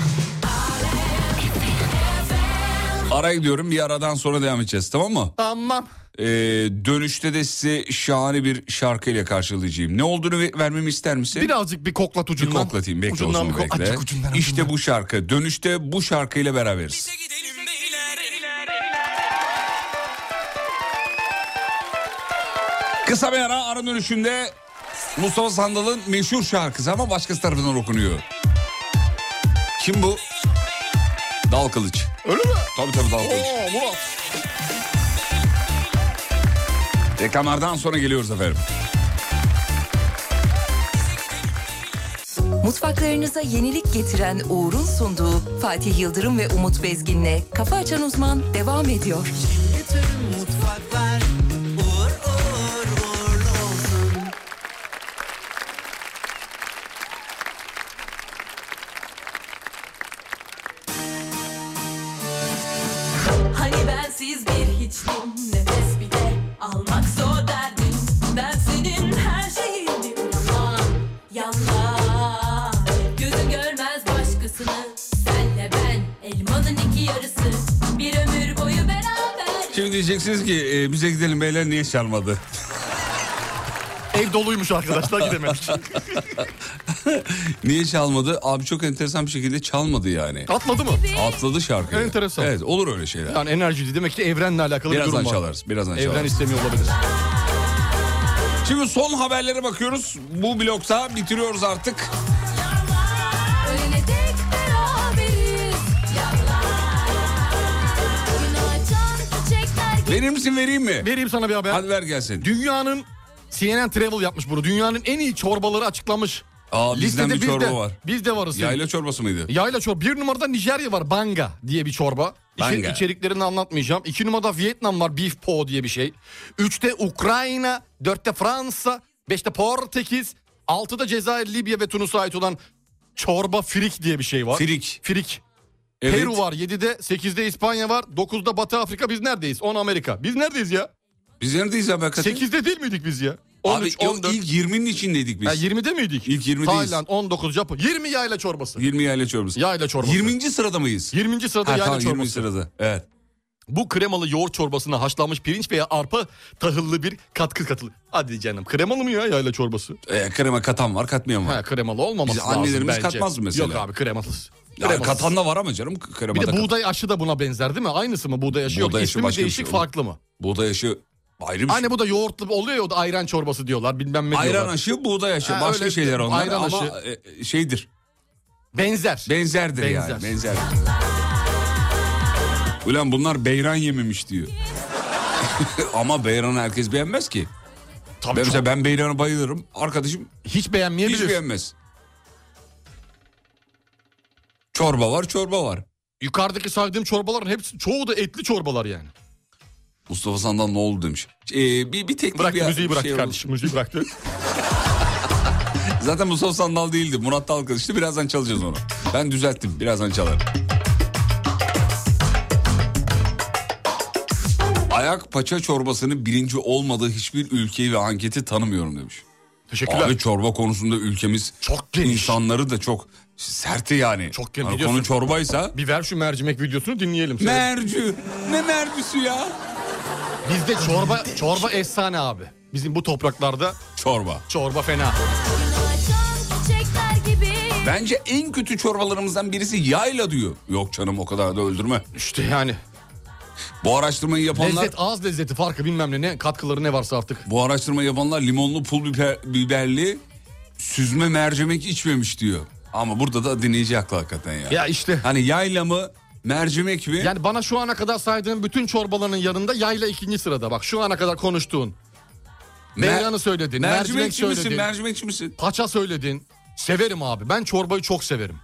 Ara gidiyorum, bir aradan sonra devam edeceğiz, tamam mı? Tamam. Ee, dönüşte de size şahane bir şarkıyla karşılayacağım. Ne olduğunu ve- vermemi ister misin? Birazcık bir koklat Bir ucundan. koklatayım, bekle Ucundan o zaman, bir ko- bekle. Azıcık ucundan, İşte ucundan. bu şarkı. Dönüşte bu şarkıyla beraberiz. Kısa bir ara, ara dönüşünde Mustafa Sandal'ın meşhur şarkısı ama başkası tarafından okunuyor. Kim bu? Dal Kılıç. Öyle mi? Tabii tabii Dal Kılıç. Oo Murat. Reklamlardan sonra geliyoruz efendim. Mutfaklarınıza yenilik getiren Uğur'un sunduğu Fatih Yıldırım ve Umut Bezgin'le Kafa Açan Uzman devam ediyor. Bütün mutfaklar uğur uğur uğurlu olsun. senin her şeyin yalan, yalan. Gözün görmez başkasını, senle ben elmanın iki yarısı, bir ömür boyu beraber. Şimdi diyeceksiniz ki e, bize gidelim beyler, niye çalmadı? Ev doluymuş arkadaşlar, gidemedik. Niye çalmadı? Abi çok enteresan bir şekilde çalmadı yani. Atladı mı? Atladı şarkıyı. Enteresan. Evet, olur öyle şeyler. Yani enerji demek ki evrenle alakalı Birazdan bir durum var. çalarız, birazdan Evren çalarız. istemiyor olabilir. Şimdi son haberlere bakıyoruz. Bu blokta bitiriyoruz artık. Ölene dek beraberiz, yalan. Gün açan çiçekler gibi. Verir misin, vereyim mi? Vereyim sana bir haber. Hadi ver gelsin. Dünyanın C N N Travel yapmış bunu. Dünyanın en iyi çorbaları açıklamış. Aa, bizden bir biz çorba de, var. Biz de varız. Yayla çorbası mıydı? Yayla çorba. Bir numarada Nijerya var. Banga diye bir çorba. Banga. İçi, içeriklerini anlatmayacağım. İki numarada Vietnam var. Beef po diye bir şey. Üçte Ukrayna. Dörtte Fransa. Beşte Portekiz. Altıda Cezayir, Libya ve Tunus'a ait olan çorba frik diye bir şey var. Frik. Frik. Evet. Peru var. Yedide, sekizde İspanya var. Dokuzda Batı Afrika. Biz neredeyiz? On Amerika. Biz neredeyiz ya? Biz neredeyiz abi hakikaten? Sekizde değil miydik biz ya? Abi ilk yirminin içindeydik biz. Ya yirmide miydik? İlk yirmideyiz. Tayland, on dokuz Japon. yirmi yayla çorbası. yirmi yayla çorbası. Yayla çorbası. yirminci sırada mıyız? yirminci sırada Ha, yayla tamam, çorbası. yirminci sırada. Evet. Bu kremalı yoğurt çorbasına haşlanmış pirinç veya arpa tahıllı bir katkı katılı. Hadi canım, kremalı mı ya yayla çorbası? E, krema katan var, katmayan var. Ha, kremalı olmaması Biz lazım annelerimiz bence. katmaz mı mesela? Yok abi, kremalı. Ya, Kremalı. katan da var ama canım. Krema Bir de da buğday aşı da buna benzer değil mi? Aynısı mı buğday aşı? Buğday Yok, aşı ismi mi başka bir değişik, şey. farklı mı? Buğday aşı ayrı bir şey. Aynı bu da yoğurtlu oluyor ya, o da ayran çorbası diyorlar, bilmem ne Ayran diyorlar. aşı, buğday aşı, Ha, başka öyle, şeyler onlar ayran ama aşı. e, şeydir. Benzer. Benzerdir Benzer. yani, benzer. Ulan bunlar beyran yememiş diyor. Ama beyranı herkes beğenmez ki. Tabii ben çok... mesela ben beyrana bayılırım. Arkadaşım hiç beğenmeyebilir. Hiç beğenmez. Çorba var, çorba var. Yukarıdaki saydığım çorbaların hepsi, çoğu da etli çorbalar yani. Mustafa Sandal ne oldu demiş. Ee, bir, bir teknik bıraktı, bir müziği bıraktı şey kardeşim, müziği bıraktı. Zaten Mustafa Sandal değildi. Murat Dalkılıç'tı. Birazdan çalacağız onu. Ben düzelttim. Birazdan çalarım. Ayak paça çorbasının birinci olmadığı hiçbir ülkeyi ve anketi tanımıyorum demiş. Teşekkürler. Abi çorba konusunda ülkemiz çok geniş. İnsanları da çok serti yani. Çok geniş. Yani konu çorbaysa. Bir ver şu mercimek videosunu dinleyelim. Mercü. Ne mercüsü ya? Bizde çorba çorba efsane abi. Bizim bu topraklarda çorba. Çorba fena. Bence en kötü çorbalarımızdan birisi yayla diyor. Yok canım, o kadar da öldürme. İşte yani. Bu araştırmayı yapanlar... Lezzet, ağız lezzeti farkı bilmem ne, ne katkıları ne varsa artık. Bu araştırmayı yapanlar limonlu pul biber, biberli süzme mercimek içmemiş diyor. Ama burada da dinleyici haklı hakikaten ya. Ya işte. Hani yayla mı, mercimek mi? Yani bana şu ana kadar saydığım bütün çorbaların yanında yayla ikinci sırada. Bak şu ana kadar konuştuğun. Beyranı söyledin, mercimek Mercimekçi söyledin. misin, mercimekçi misin? Paça söyledin. Severim abi. Ben çorbayı çok severim.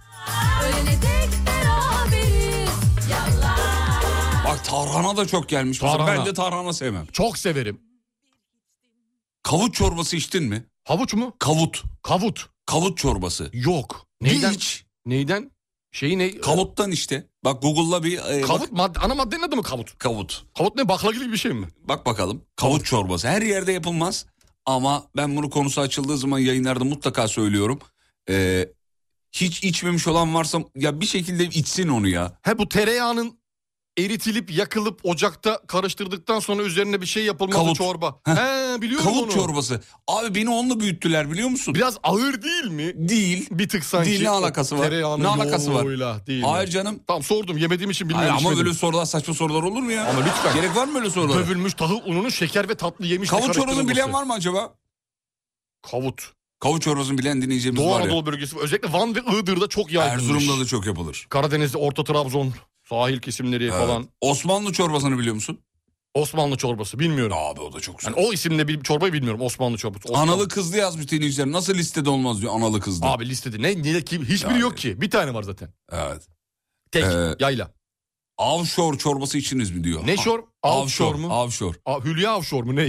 Bak tarhana da çok gelmiş. Tarhana. Ben de tarhana sevmem. Çok severim. Kavut çorbası içtin mi? Havuç mu? Kavut. Kavut. Kavut çorbası. Yok. Neyden? Hiç. Neyden? Şeyi ne? Kavuttan işte. Bak Google'la bir... E, Kavut bak. madde, ana maddenin adı mı kavut? Kavut. Kavut ne, baklagil gibi bir şey mi? Bak bakalım. Kavut çorbası. Her yerde yapılmaz. Ama ben bunu konusu açıldığı zaman yayınlarda mutlaka söylüyorum. Ee, hiç içmemiş olan varsa ya bir şekilde içsin onu ya. He, bu tereyağının eritilip yakılıp ocakta karıştırdıktan sonra üzerine bir şey yapılması Kavut. çorba. He, biliyorum Kavut onu. çorbası. Abi beni onunla büyüttüler biliyor musun? Biraz ağır değil mi? Değil. Bir tık sanki. Değil, ne alakası var? Tereyağının Ne alakası var? yoğuruyla değil Hayır mi? canım. Tamam, sordum, yemediğim için bilmiyorum. Hayır, ama içmedim. öyle sorular, saçma sorular olur mu ya? Ama lütfen. Gerek var mı öyle sorulara? Dövülmüş tahıl ununun şeker ve tatlı yemişle Kavut çorbasını karıştırılması. bilen var mı acaba? Kavut. Kavut çorbasını bilen dinleyeceğimiz Doğu var ya. Anadolu bölgesi, özellikle Van ve Iğdır'da çok yaygınmış. Erzurum'da da çok yapılır. Karadeniz'de, Orta Trabzon, sahil kesimleri Evet. falan. Osmanlı çorbasını biliyor musun? Osmanlı çorbası bilmiyorum. Abi o da çok güzel. Yani o isimle bir çorbayı bilmiyorum, Osmanlı çorbası. Osmanlı. Analı kızlı yazmış dinleyiciler. Nasıl listede olmaz diyor analı kızlı. Abi listede ne, ne ki, hiçbiri Yani. yok ki. Bir tane var zaten. Evet. Tek, Ee, yayla. Avşor çorbası içiniz mi diyor. Ne şor? Avşor Avşor mu? Avşor. Aa, Hülya Avşor mu ne?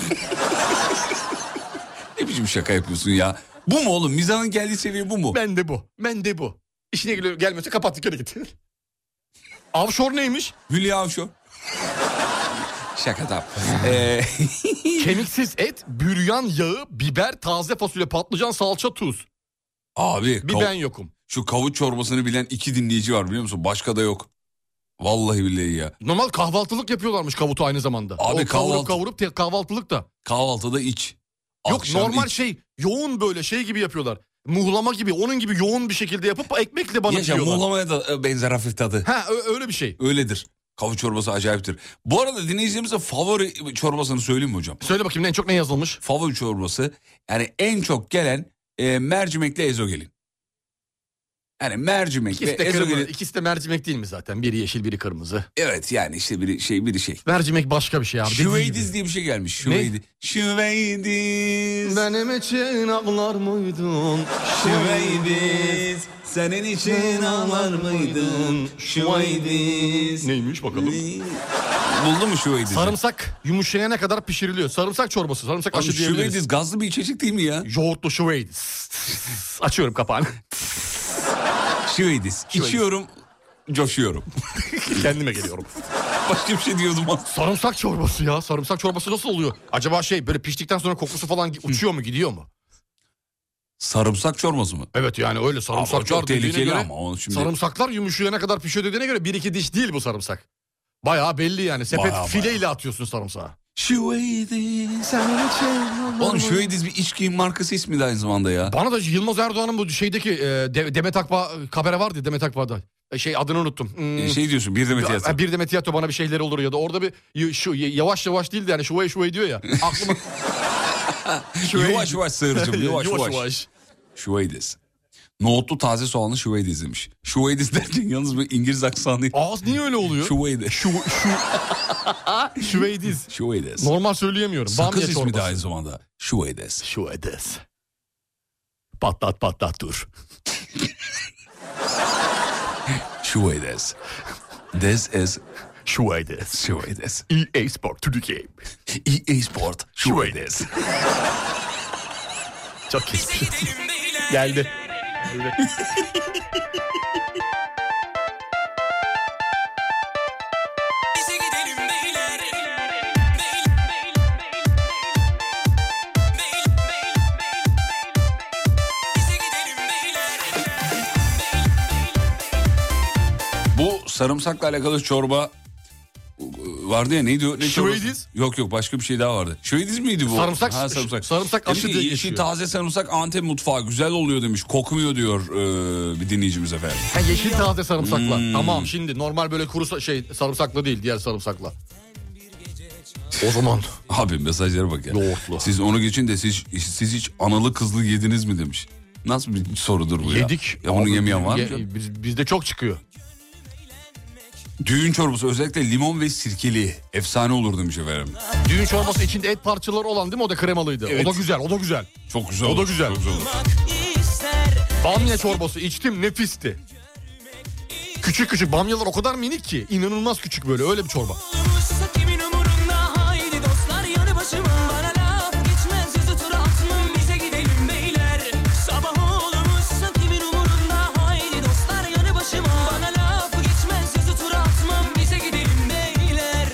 Ne biçim şaka yapıyorsun ya? Bu mu oğlum? Mizahın geldiği seviye bu mu? Ben de bu. Ben de bu. İşine geliyor, gelmiyorsa kapat, dikkat git. Avşor neymiş? Hülya Avşor. Şaka tamam. Ee... Kemiksiz et, büryan yağı, biber, taze fasulye, patlıcan, salça, tuz. Abi. Bir kav- ben yokum. Şu kavuç çorbasını bilen iki dinleyici var biliyor musun? Başka da yok. Vallahi billahi ya. Normal kahvaltılık yapıyorlarmış kavutu aynı zamanda. Abi o kavurup kahvaltı... kavurup te- kahvaltılık da. Kahvaltıda iç. Yok Akşam normal iç. şey yoğun böyle şey gibi yapıyorlar. Muhlama gibi onun gibi yoğun bir şekilde yapıp ekmekle bana Yaşa yiyorlar. muhlamaya da benzer hafif tadı. Ha ö- öyle bir şey. Öyledir. Kavuç çorbası acayiptir. Bu arada dinleyicilerimize favori çorbasını söyleyeyim mi hocam? Söyle bakayım en çok ne yazılmış? Favori çorbası yani en çok gelen e, mercimekli ezogelin. Yani mercimek İkisi ve de, ezogelin. kırmızı, ikisi de mercimek değil mi zaten? Biri yeşil biri kırmızı. Evet yani işte biri şey biri şey. Mercimek başka bir şey abi. Şüveydiz diye bir şey gelmiş. Şüveydiz. Şüveydiz. Benim için ağlar mıydın? Şüveydiz. Senin için ağlar mıydın? Şüveydiz. Neymiş bakalım? Buldun mu şüveydizi? Sarımsak yumuşayana kadar pişiriliyor. Sarımsak çorbası. Sarımsak Abi, aşı diyebiliriz. şüveydiz gazlı bir içecek değil mi ya? Yoğurtlu şüveydiz. Açıyorum kapağını. Şüveydiz. İçiyorum, coşuyorum. Kendime geliyorum. Başka bir şey diyordum ama. Sarımsak çorbası ya. Sarımsak çorbası nasıl oluyor? Acaba şey böyle piştikten sonra kokusu falan uçuyor mu gidiyor mu? Sarımsak çorbası mı? Evet yani öyle sarımsaklar çok dediğine tehlikeli göre, ama onu şimdi... sarımsaklar yumuşayana kadar pişiyor dediğine göre bir iki diş değil bu sarımsak. Bayağı belli yani. Sepet Bayağı, fileyle bayağı. atıyorsun sarımsağı. Şüveydiz. Oğlum Şüveydiz bir içki markası ismi de aynı zamanda ya. Bana da Yılmaz Erdoğan'ın bu şeydeki e, De- Demet Akbağ kabere vardı ya, Demet Akbağ'da. E, şey adını unuttum. Hmm. E, şey diyorsun bir Demet Tiyatro. Bir Demet Tiyatro bana bir şeyler olur ya da orada bir y- şu y- yavaş yavaş değil de yani şuvay şuvay diyor ya. Aklıma... Yavaş yavaş sığırcım yavaş Yavaş yavaş. yavaş. Şüveydiz. Nohutlu taze soğanlı şüveydiz demiş. Şüveydiz derken yalnız bir İngiliz aksanı. Ağız niye öyle oluyor? Şüveydiz. Şu, şu... Şüveydiz. Şüveydiz. Normal söyleyemiyorum. Sakız Bamya ismi çorbası. de aynı zamanda. Şüveydiz. Şüveydiz. Patlat patlat dur. Şüveydiz. This is Şüveydiz. Şüveydiz. E A Sport to the game. E A Sport. Şüveydiz. Çok kesmiş. Geldi. Bu sarımsakla alakalı çorba vardı ya neydi o? Ne Şüveydiz? çorbası? Yok yok başka bir şey daha vardı. Şüveydiz miydi bu? Sarımsak, Ha, sarımsak. sarımsak Demiş aşı ki, diye yeşil geçiyor. taze sarımsak Antep mutfağı güzel oluyor demiş. Kokmuyor diyor e, bir dinleyicimiz efendim. Ha, yeşil taze sarımsakla. Hmm. Tamam şimdi normal böyle kuru sa- şey sarımsakla değil diğer sarımsakla. O zaman. Abi mesajlara bak ya. Yoğurtlu. Siz onu geçin de siz, siz hiç analı kızlı yediniz mi demiş. Nasıl bir sorudur bu ya? Yedik. Ya bunu Abi, yemeyen var mı? ye- canım? biz, bizde çok çıkıyor. Düğün çorbası özellikle limon ve sirkeli efsane olur demiş efendim. Düğün çorbası içinde et parçaları olan değil mi? O da kremalıydı. Evet. O da güzel, o da güzel. Çok güzel O olur. da güzel. Çok güzel olur. Bamya çorbası içtim, nefisti. Küçük küçük bamyalar o kadar minik ki. İnanılmaz küçük böyle, öyle bir çorba. Kimin umurunda haydi dostlar yanı başıma. Bana laf geçmez yüzü tura atmam bize gidelim beyler. Sabah olmuşsa kimin umurunda haydi dostlar yanı başıma. Bana laf geçmez yüzü tura atmam bize gidelim beyler.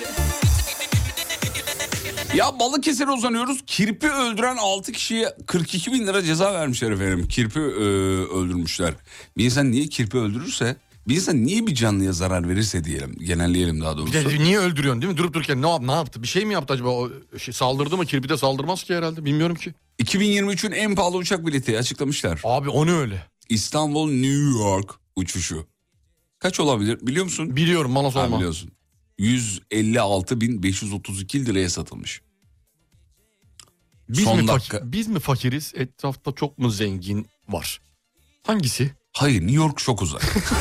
Ya Balıkesir'e uzanıyoruz. Kirpi öldüren altı kişiye kırk iki bin lira ceza vermişler efendim. Kirpi e, öldürmüşler. Bir insan niye kirpi öldürürse, bir insan niye bir canlıya zarar verirse diyelim. Genelleyelim daha doğrusu. Bir de niye öldürüyorsun değil mi? Durup dururken ne, yap, ne yaptı? Bir şey mi yaptı acaba? O şey, saldırdı mı? Kirpi de saldırmaz ki herhalde. Bilmiyorum ki. iki bin yirmi üçün en pahalı uçak bileti açıklamışlar. Abi o ne öyle? İstanbul New York uçuşu. Kaç olabilir biliyor musun? Biliyorum bana Ha, sorma. biliyorsun. yüz elli altı bin beş yüz otuz iki liraya satılmış. Biz Son mi, dakika. fakir, biz mi fakiriz? Etrafta çok mu zengin var? Hangisi? Hayır, New York çok uzak.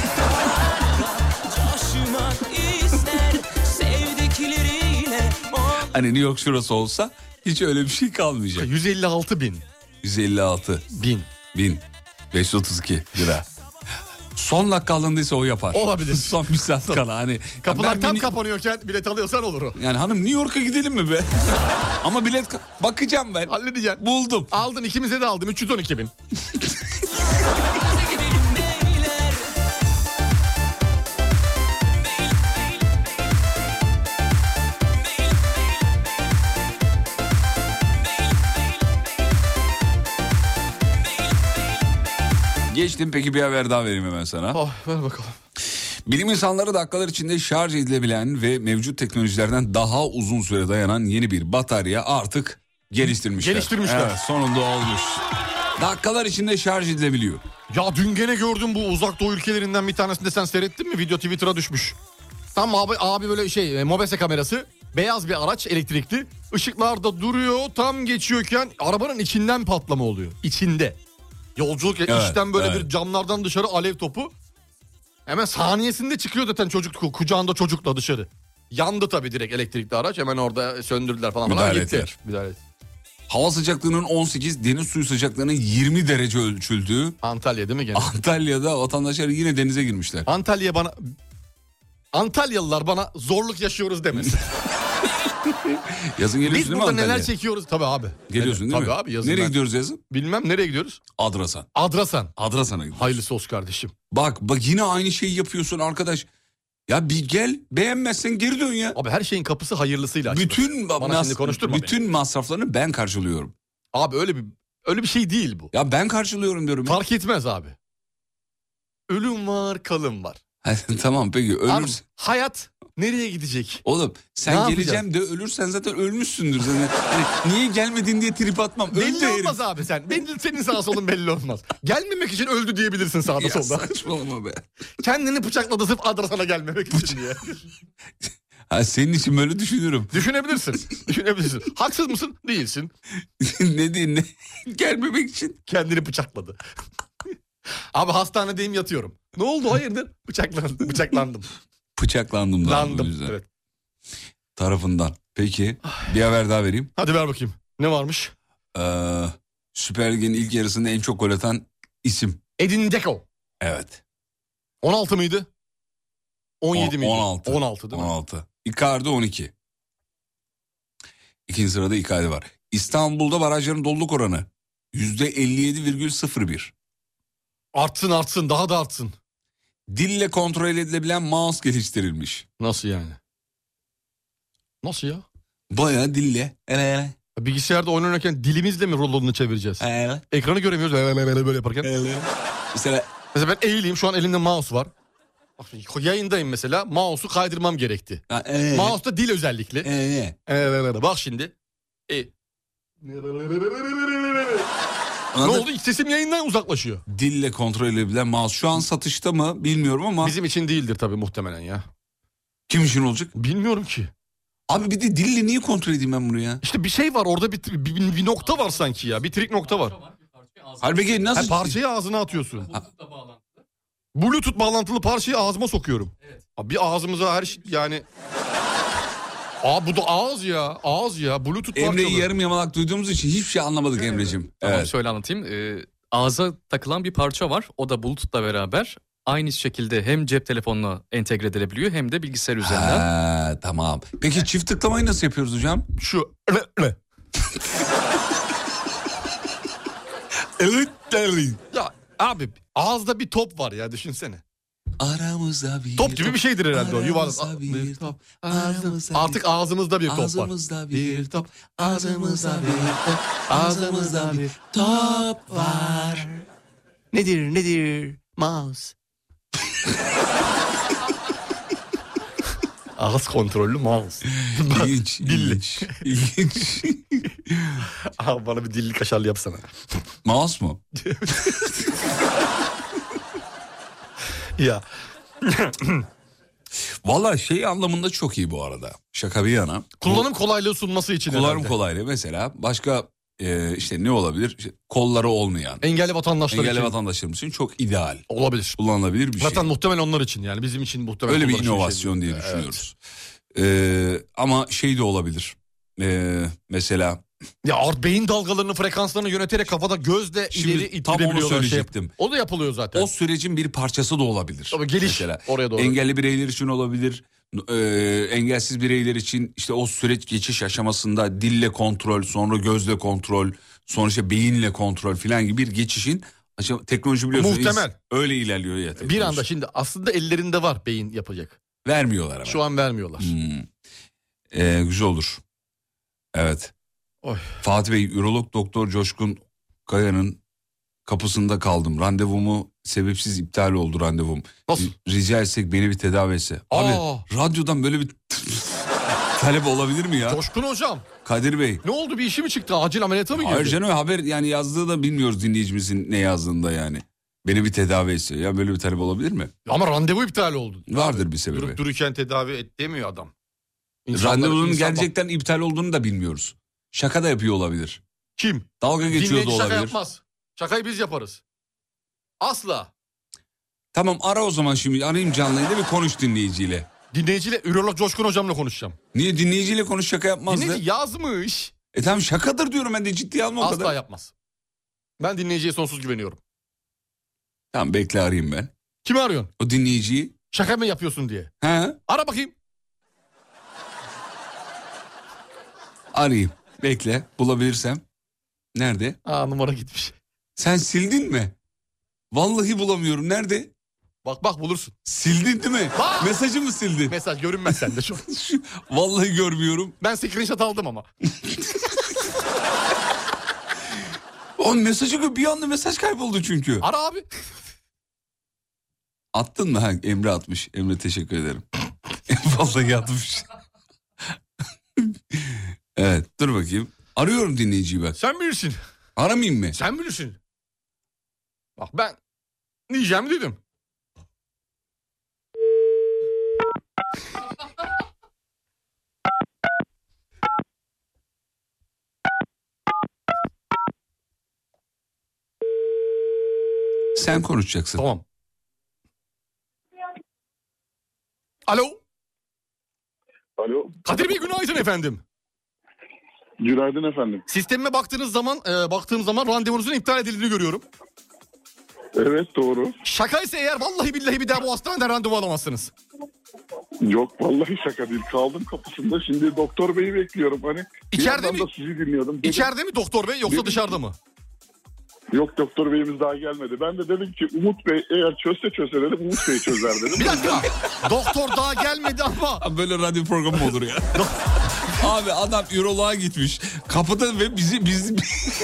Taşımak ister sevdikleriyle. Hani New York şurası olsa hiç öyle bir şey kalmayacak. yüz elli altı bin. yüz elli altı. Bin. Bin. beş yüz otuz iki lira. Son dakika alındıysa o yapar. Olabilir. Son bir saat kala hani. Kapılar Ben tam mini- kapanıyorken bilet alıyorsan olur o. Yani hanım New York'a gidelim mi be? Ama bilet ka- bakacağım ben. Halledeceğim. Buldum. Aldın, ikimize de aldım. üç yüz on iki bin. Geçtim, peki bir haber daha vereyim hemen sana. Oh, ver bakalım. Bilim insanları dakikalar içinde şarj edilebilen ve mevcut teknolojilerden daha uzun süre dayanan yeni bir batarya artık geliştirmişler. Geliştirmişler. Evet, sonunda olmuş. Dakikalar içinde şarj edilebiliyor. Ya dün gene gördüm, bu uzak doğu ülkelerinden bir tanesinde, sen seyrettin mi? Video Twitter'a düşmüş. Tam abi, abi böyle şey Mobese kamerası, beyaz bir araç, elektrikli. Işıklarda duruyor, tam geçiyorken arabanın içinden patlama oluyor. İçinde. Yolculuk evet, içten böyle evet. bir camlardan dışarı alev topu. Hemen saniyesinde çıkıyor zaten çocuk, kucağında çocukla dışarı. Yandı tabii direkt elektrikli araç, hemen orada söndürdüler falan. Müdahale falan. ettiler. Müdahale et. Hava sıcaklığının on sekiz, deniz suyu sıcaklığının yirmi derece ölçüldüğü. Antalya değil mi gene? Antalya'da vatandaşlar yine denize girmişler. Antalya bana... Antalyalılar bana zorluk yaşıyoruz demesin. Yazın geliyorsun Biz değil mi burada Antalya'ya? neler çekiyoruz tabii abi. Geliyorsun değil tabii mi? Abi, yazın nereye ben... gidiyoruz yazın? Bilmem, nereye gidiyoruz? Adrasan. Adrasan. Adrasan'a gidiyoruz. Hayırlısı olsun kardeşim. Bak bak yine aynı şeyi yapıyorsun arkadaş. Ya bir gel, beğenmezsen geri dön ya. Abi her şeyin kapısı hayırlısıyla açılır. Bütün Bana mas- şimdi konuşturma bütün beni. masraflarını ben karşılıyorum. Abi öyle bir öyle bir şey değil bu. Ya ben karşılıyorum diyorum. Fark etmez abi. Ölüm var, kalım var. Tamam peki Abi, ölürsün. hayat nereye gidecek? Oğlum sen Ne geleceğim de ölürsen zaten ölmüşsündür. Zaten. Hani niye gelmedin diye trip atmam. Belli Öldü olmaz herif. abi sen. Benim, senin sağ solun belli olmaz. Gelmemek için öldü diyebilirsin sağda Ya solda. saçmalama be. Kendini bıçakladı sırf Adrasan'a gelmemek için diye. Ha, senin için böyle düşünürüm. Düşünebilirsin. Düşünebilirsin. Haksız mısın? Değilsin. ne diyeyim ne? Gelmemek için. Kendini bıçakladı. Abi hastanedeyim, yatıyorum. Ne oldu, hayırdır? Bıçaklandım. Bıçaklandım. Bıçaklandım da. Landım. Evet. Tarafından. Peki bir haber daha vereyim. Hadi ver bakayım. Ne varmış? Ee, Süper Lig'in ilk yarısında en çok gol atan isim. Edin Dzeko. Evet. on altı mıydı? on yedi miydi? on altı. on altı değil mi? on altı. Icardi on iki. İkinci sırada Icardi var. İstanbul'da barajların doluluk oranı yüzde elli yedi virgül sıfır bir. Artsın artsın, daha da artsın. Dille kontrol edilebilen mouse geliştirilmiş. Nasıl yani? Nasıl ya? Bayağı dille. Ele. Bilgisayarda oyun oynarken dilimizle mi rolunu çevireceğiz? Ele. Ekranı göremiyoruz böyle, böyle yaparken. Ele. Mesela... Mesela ben eğileyim, şu an elimde mouse var. Yayındayım mesela, mouse'u kaydırmam gerekti. Ha, ee. Mouse'da dil özellikle. Ee. Ee, bak şimdi. E. Ne oldu? İlk sesim yayından uzaklaşıyor. Dille kontrol edilebilen mouse şu an satışta mı bilmiyorum ama. Bizim için değildir tabii muhtemelen ya. Kim için olacak? Bilmiyorum ki. Abi bir de dille niye kontrol edeyim ben bunu ya? İşte bir şey var orada, bir, bir, bir nokta var sanki ya. Bir trik nokta var. Halbuki nasıl? Ha, parçayı ağzına atıyorsun. Bluetooth bağlantılı parçayı ağzıma sokuyorum. Evet. Abi bir ağzımıza her şey yani... Aa bu da ağız ya. Ağız ya. Bluetooth parçalı. Emre'yi yarım yamalak duyduğumuz için hiçbir şey anlamadık evet. Emre'cim. Tamam evet. şöyle anlatayım. Ee, ağza takılan bir parça var. O da Bluetooth'la beraber aynı şekilde hem cep telefonuna entegre edilebiliyor hem de bilgisayar üzerinden. Ha, tamam. Peki evet. Çift tıklamayı nasıl yapıyoruz hocam? Şu. Ya abi ağızda bir top var ya, düşünsene. Aramızda bir top gibi bir şeydir herhalde o. Aramızda bir top. Aramızda Artık ağzımızda bir top var. Ağzımızda bir top. Ağzımızda bir top. Ağzımızda bir top var. Nedir nedir mouse? Ağız kontrollü mouse. İlginç. ilginç. İlginç. Abi bana bir dilli kaşarlı yapsana. Mouse mu? Ya. Valla şey anlamında çok iyi bu arada. Şaka bir yana. Kullanım kolaylığı sunması için Kullanım herhalde. kolaylığı mesela. Başka e, işte ne olabilir? İşte kolları olmayan. Engelli vatandaşlar engelli için. Engelli vatandaşlarımız için çok ideal. Olabilir. Kullanılabilir bir Zaten şey. Zaten muhtemelen onlar için yani bizim için muhtemelen. Öyle bir inovasyon şey diye düşünüyoruz. Evet. Ee, ama şey de olabilir. Ee, mesela... Ya art beyin dalgalarını, frekanslarını yöneterek kafada gözle Şimdi ileri tam onu söyleyecektim. Şey, o da yapılıyor zaten. O sürecin bir parçası da olabilir. Tabii geliş mesela. Oraya doğru. Engelli bireyler için olabilir. E, engelsiz bireyler için işte o süreç geçiş aşamasında dille kontrol, sonra gözle kontrol, sonra işte beyinle kontrol filan gibi bir geçişin teknoloji biliyorsunuz. Muhtemel. Öyle ilerliyor ya teknoloji. Bir anda şimdi aslında ellerinde var beyin yapacak. Vermiyorlar ama. Şu an vermiyorlar. Hmm. E, güzel olur. Evet. Oy. Fatih Bey, ürolog doktor Coşkun Kaya'nın kapısında kaldım. Randevumu sebepsiz iptal oldu randevum. Nasıl? Rica etsek beni bir tedavi etse. Abi Aa. radyodan böyle bir talep olabilir mi ya? Coşkun hocam. Kadir Bey. Ne oldu, bir işi mi çıktı? Acil ameliyata mı girdi? Hayır canım, haber yani yazdığı da bilmiyoruz dinleyicimizin ne yazdığında yani. Beni bir tedavi etse. Ya böyle bir talep olabilir mi? Ama randevu iptal oldu. Vardır bir sebebi. Durup dururken tedavi et demiyor adam. İnsanlar, Randevunun insan gerçekten bak... iptal olduğunu da bilmiyoruz. Şaka da yapıyor olabilir. Kim? Dalga geçiyor Dinleyici da olabilir. şaka yapmaz. Şakayı biz yaparız. Asla. Tamam, ara o zaman şimdi. Arayayım canlı yayında, bir konuş dinleyiciyle. Dinleyiciyle, ürolog Coşkun hocamla konuşacağım. Niye dinleyiciyle konuş, şaka yapmazdı? Dinleyici yazmış. E tamam, şakadır diyorum, ben de ciddiye alma o Asla kadar. Asla yapmaz. Ben dinleyiciye sonsuz güveniyorum. Tamam, bekle arayayım ben. Kimi arıyorsun? O dinleyiciyi. Şaka mı yapıyorsun diye. He? Ara bakayım. Arayayım. Bekle, bulabilirsem. Nerede? Aa, numara gitmiş. Sen sildin mi? Vallahi bulamıyorum. Nerede? Bak bak bulursun. Sildin değil mi? Bak. Mesajı mı sildin? Mesaj görünmez sende şu. Vallahi görmüyorum. Ben screenshot aldım ama. O mesajı, bir anda mesaj kayboldu çünkü. Ara abi. Attın mı? Ha, Emre atmış. Emre teşekkür ederim. Vallahi atmış. Evet, dur bakayım. Arıyorum dinleyiciyi ben. Sen bilirsin. Aramayayım mı? Sen bilirsin. Bak ben diyeceğim dedim. Sen konuşacaksın. Tamam. Alo. Alo. Kadir Bey günaydın efendim. Günaydın efendim. Sistemime baktığınız zaman, e, baktığım zaman randevunuzun iptal edildiğini görüyorum. Evet, doğru. Şakaysa eğer vallahi billahi bir daha bu hastaneden randevu alamazsınız. Yok vallahi şaka değil. Kaldım kapısında. Şimdi doktor beyi bekliyorum. Hani İçeride mi? Da sizi dinliyordum. Dedim, İçeride mi doktor bey yoksa dedim, dışarıda mı? Yok, doktor beyimiz daha gelmedi. Ben de dedim ki Umut Bey eğer çözse çözse dedim, Umut Bey çözer dedim. Bir dakika. Doktor daha gelmedi ama. Böyle radyo programı mı olur ya? Abi adam üroloğa gitmiş. Kapıda ve bizi bizi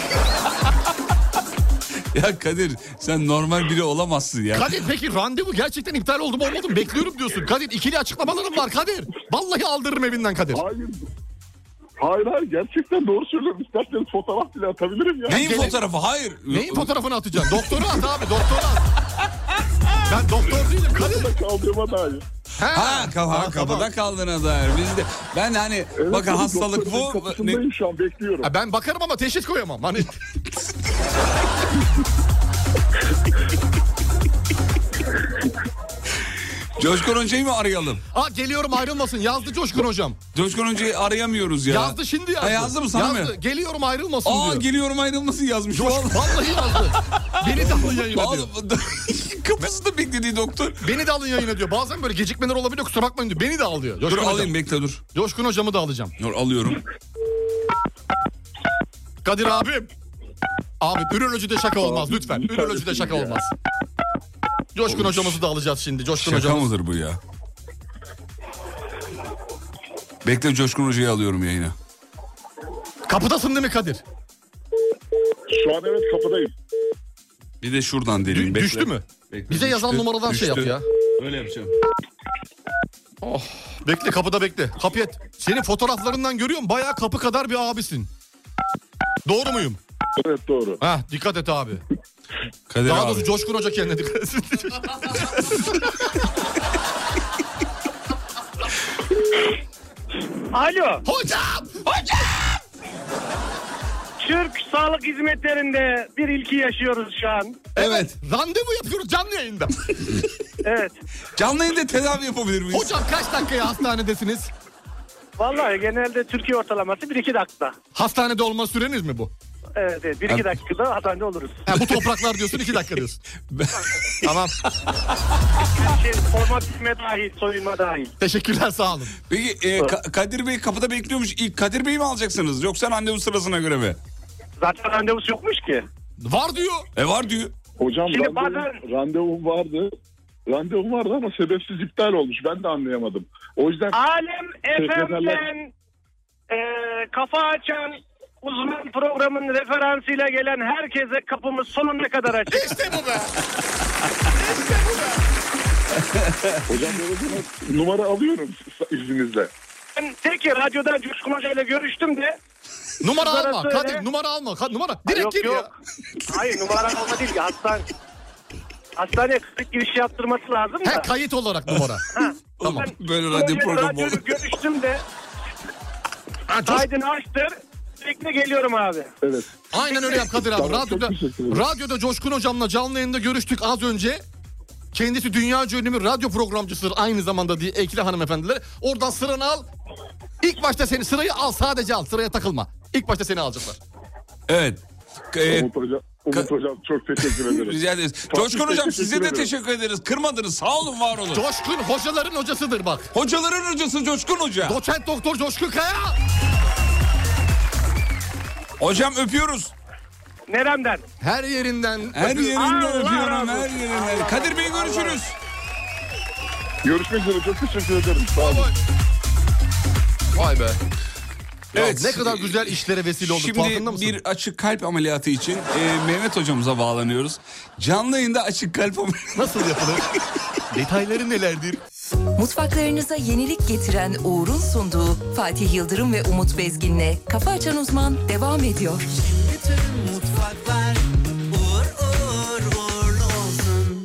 Ya Kadir, sen normal biri olamazsın ya. Kadir peki randevu gerçekten iptal oldu mu olmadı mı? Bekliyorum diyorsun. Kadir ikili açıklamalarım var Kadir. Vallahi aldırırım evinden Kadir. Hayır. Hayır hayır, gerçekten doğru söylüyorum. İsterseniz fotoğraf bile atabilirim ya. Neyin fotoğrafı? Hayır. Neyin fotoğrafını atacaksın? Doktoru at abi, doktoru at. Ben doktor değilim Kadir. Kapıda kaldığıma dair. Ha, ka- ha kapıda kaldığına dair. Biz de, ben hani Evet, bakın tabii, hastalık bu. Kapısındayım şu an, bekliyorum. Ha, ben bakarım ama teşhis koyamam. Hani... Coşkun Hoca'yı mı arayalım? Aa, geliyorum ayrılmasın. Yazdı Coşkun Hocam. Coşkun Hoca'yı arayamıyoruz ya. Yazdı şimdi yazdı. Ha, yazdı mı sana yazdı. mı? Geliyorum ayrılmasın Aa, diyor. geliyorum ayrılmasın yazmış. Coş, vallahi yazdı. Beni de alın yayına diyor. Kapısında beklediği doktor. Beni de alın yayına diyor. Bazen böyle gecikmeler olabiliyor, kusura bakmayın diyor. Beni de al diyor. Dur Coşkun alayım, Hocam. bekle dur. Coşkun Hocamı da alacağım. Dur alıyorum. Kadir abim. Abi ürolojide şaka olmaz lütfen. Ürolojide şaka olmaz. Coşkun Hocamızı da alacağız şimdi. Coşkun Şaka Hocamız. mıdır bu ya? Bekle, Coşkun Hoca'yı alıyorum yayına. Kapıdasın değil mi Kadir? Şu an evet, kapıdayım. Bir de şuradan deneyim. Dü- düştü mü? Bekle, Bize düştü, yazan numaradan düştü. şey yap ya. Öyle yapacağım. Oh, bekle kapıda bekle. Kapıya. Senin fotoğraflarından görüyorum, bayağı kapı kadar bir abisin. Doğru muyum? Evet doğru. Ha, dikkat et abi. Kadir Daha abi. doğrusu Coşkun Hoca kendine dikkat etsin. Alo. Hocam! Hocam! Türk Sağlık Hizmetleri'nde bir ilki yaşıyoruz şu an. Evet. Randevu yapıyoruz canlı yayında. Evet. Canlı yayında tedavi yapabilir miyiz? Hocam kaç dakikaya hastanedesiniz? Vallahi genelde Türkiye ortalaması bir iki dakika. Hastanede olma süreniz mi bu? Evet evet, bir iki dakikada hastanede oluruz. Ha, bu topraklar diyorsun, iki dakika diyorsun. Tamam. Şey, formatizme dahil, soyunma dahil. Teşekkürler, sağ olun. Peki e, Ka- Kadir Bey kapıda bekliyormuş. İlk Kadir Bey'i mi alacaksınız yoksa randevu sırasına göre mi? Zaten randevusu yokmuş ki. Var diyor. E var diyor. Hocam Şimdi randevu, bazen- randevum vardı. Randevum vardı ama sebepsiz iptal olmuş. Ben de anlayamadım. O yüzden Alem sekreterler- F M'den e, kafa açan Uzman programın referansıyla gelen herkese kapımız sonuna kadar açık. İşte bu be. Hocam böyle numara alıyorum izninizle. Ben peki radyodan Coşkun Hoca ile görüştüm de. Numara Numarası alma öyle. Kadir, numara alma. Ka- numara direkt Yok, gir ya. yok. Hayır, numara alma değil ki hastane. Hastaneye kayıt giriş yaptırması lazım da. He, kayıt olarak numara. Tamam. Böyle Ben radyo programı radyoda olur. görüştüm de. Kaydını açtır. Bekle geliyorum abi. Evet. Aynen öyle yap Kadir abi. Tamam, Radyoda, çok teşekkür ederim. radyoda Coşkun Hocam'la canlı yayında görüştük az önce. Kendisi dünyaca ünlü bir radyo programcısıdır aynı zamanda diye ekle hanımefendiler. Oradan sıranı al. İlk başta seni sırayı al, sadece al, sıraya takılma. İlk başta seni alacaklar. Evet. Ee, Umut Hocam, Umut Hocam çok teşekkür ederim. Rica ederiz. Fatih Coşkun Bey, Hocam size de ederim. teşekkür ederiz. Kırmadınız. Sağ olun, var olun. Coşkun hocaların hocasıdır bak. Hocaların hocası Coşkun Hoca. Doçent doktor Coşkun Kaya. Hocam öpüyoruz. Neremden? Her yerinden. Her yerinden Allah öpüyorum. razı Her olsun. yerinden. Allah Kadir Bey Allah. görüşürüz. Görüşmek üzere, çok teşekkür ederim. Sağ olun. Vay be. Ya Evet. ne kadar güzel işlere vesile olduk, farkında Şimdi mısın? bir açık kalp ameliyatı için e, Mehmet hocamıza bağlanıyoruz. Canlı yayında açık kalp ameliyatı. Nasıl yapılır? Detayları nelerdir? Mutfaklarınıza yenilik getiren Uğur'un sunduğu Fatih Yıldırım ve Umut Bezgin'le Kafa Açan Uzman devam ediyor. Bütün mutfaklar uğur uğur uğurlu olsun.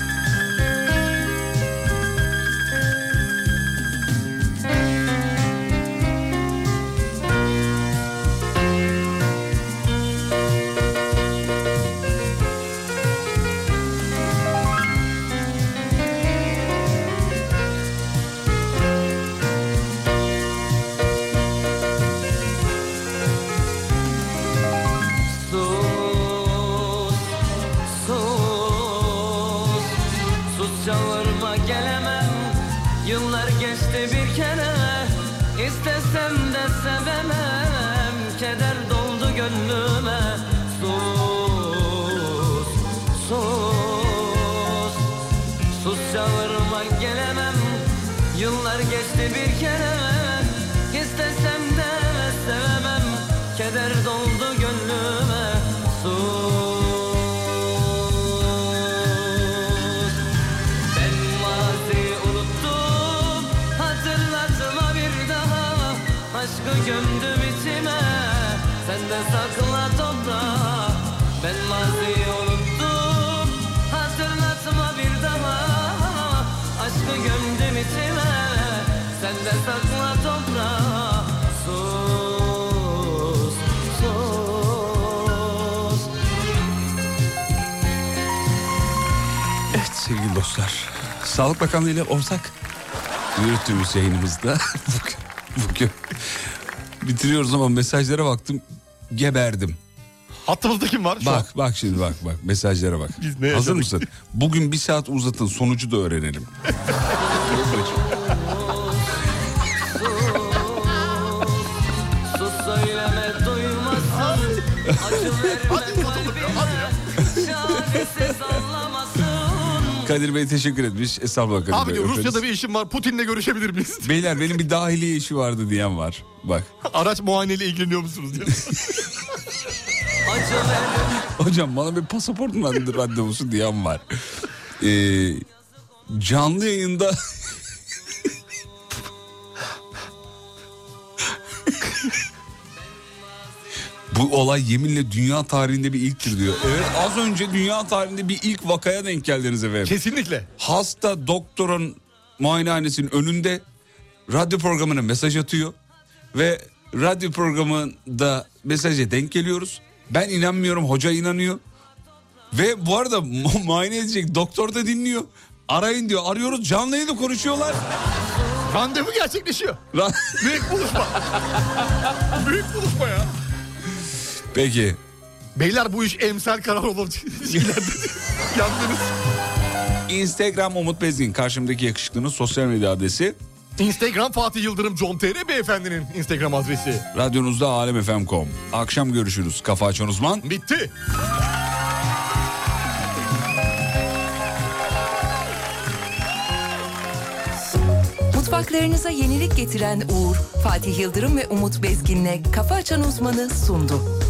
Sus, sus, sus çağırma gelemem. Yıllar geçti bir kere, istesem de sevemem. Keder doldu gönlüme. Sus, sus, sus çağırma gelemem. Yıllar geçti bir kere, istesem de sevemem. Keder doldu gönlüme. Sus, ben maziyi unuttum, hatırlatma bir daha. Aşkı gömdüm içime, sen de sakla toprağa. Ben maziyi unuttum, hatırlatma bir daha. Aşkı gömdüm içime, sen de sakla toprağa. Sus, sus. Evet sevgili dostlar. Sağlık Bakanlığı ile ortak yürüttüğümüz yayınımızda bugün, bugün bitiriyoruz ama mesajlara baktım, geberdim. Hattımızda kim var? Şu Bak an? bak şimdi bak bak mesajlara bak. Biz ne Hazır yaşadık? mısın? Bugün bir saat uzatın, sonucu da öğrenelim. Sus söyleme duymasın, acı verme kalbime, çaresiz anlamasın. Kadir Bey teşekkür etmiş. Estağfurullah Kadir Abi Bey. diyor, öperiz. Rusya'da bir işim var, Putin'le görüşebilir miyiz? Beyler benim bir dahiliye işi vardı diyen var. Bak. Araç muayeneyle ilgileniyor musunuz diyor. Hocam bana bir pasaport randevusu diyen var. Ee, canlı yayında bu olay yeminle dünya tarihinde bir ilktir diyor. Evet, az önce dünya tarihinde bir ilk vakaya denk geldiniz efendim. Kesinlikle. Hasta doktorun muayenehanesinin önünde radyo programına mesaj atıyor ve radyo programında mesaja denk geliyoruz. Ben inanmıyorum, hoca inanıyor. Ve bu arada mu- muayene edecek doktor da dinliyor. Arayın diyor, arıyoruz, canlı yayında konuşuyorlar. Randevu gerçekleşiyor. Ra- Büyük buluşma. Büyük buluşma ya. Peki. Beyler bu iş emsal karar olur. Yandınız. Instagram Umut Bezgin, karşımdaki yakışıklının sosyal medya adresi. Instagram Fatih Yıldırım John T R beyefendinin Instagram adresi. Radyonuzda alem f m nokta com. Akşam görüşürüz. Kafa Açan Uzman. Bitti. Mutfaklarınıza yenilik getiren Uğur, Fatih Yıldırım ve Umut Bezgin'le Kafa Açan Uzman'ı sundu.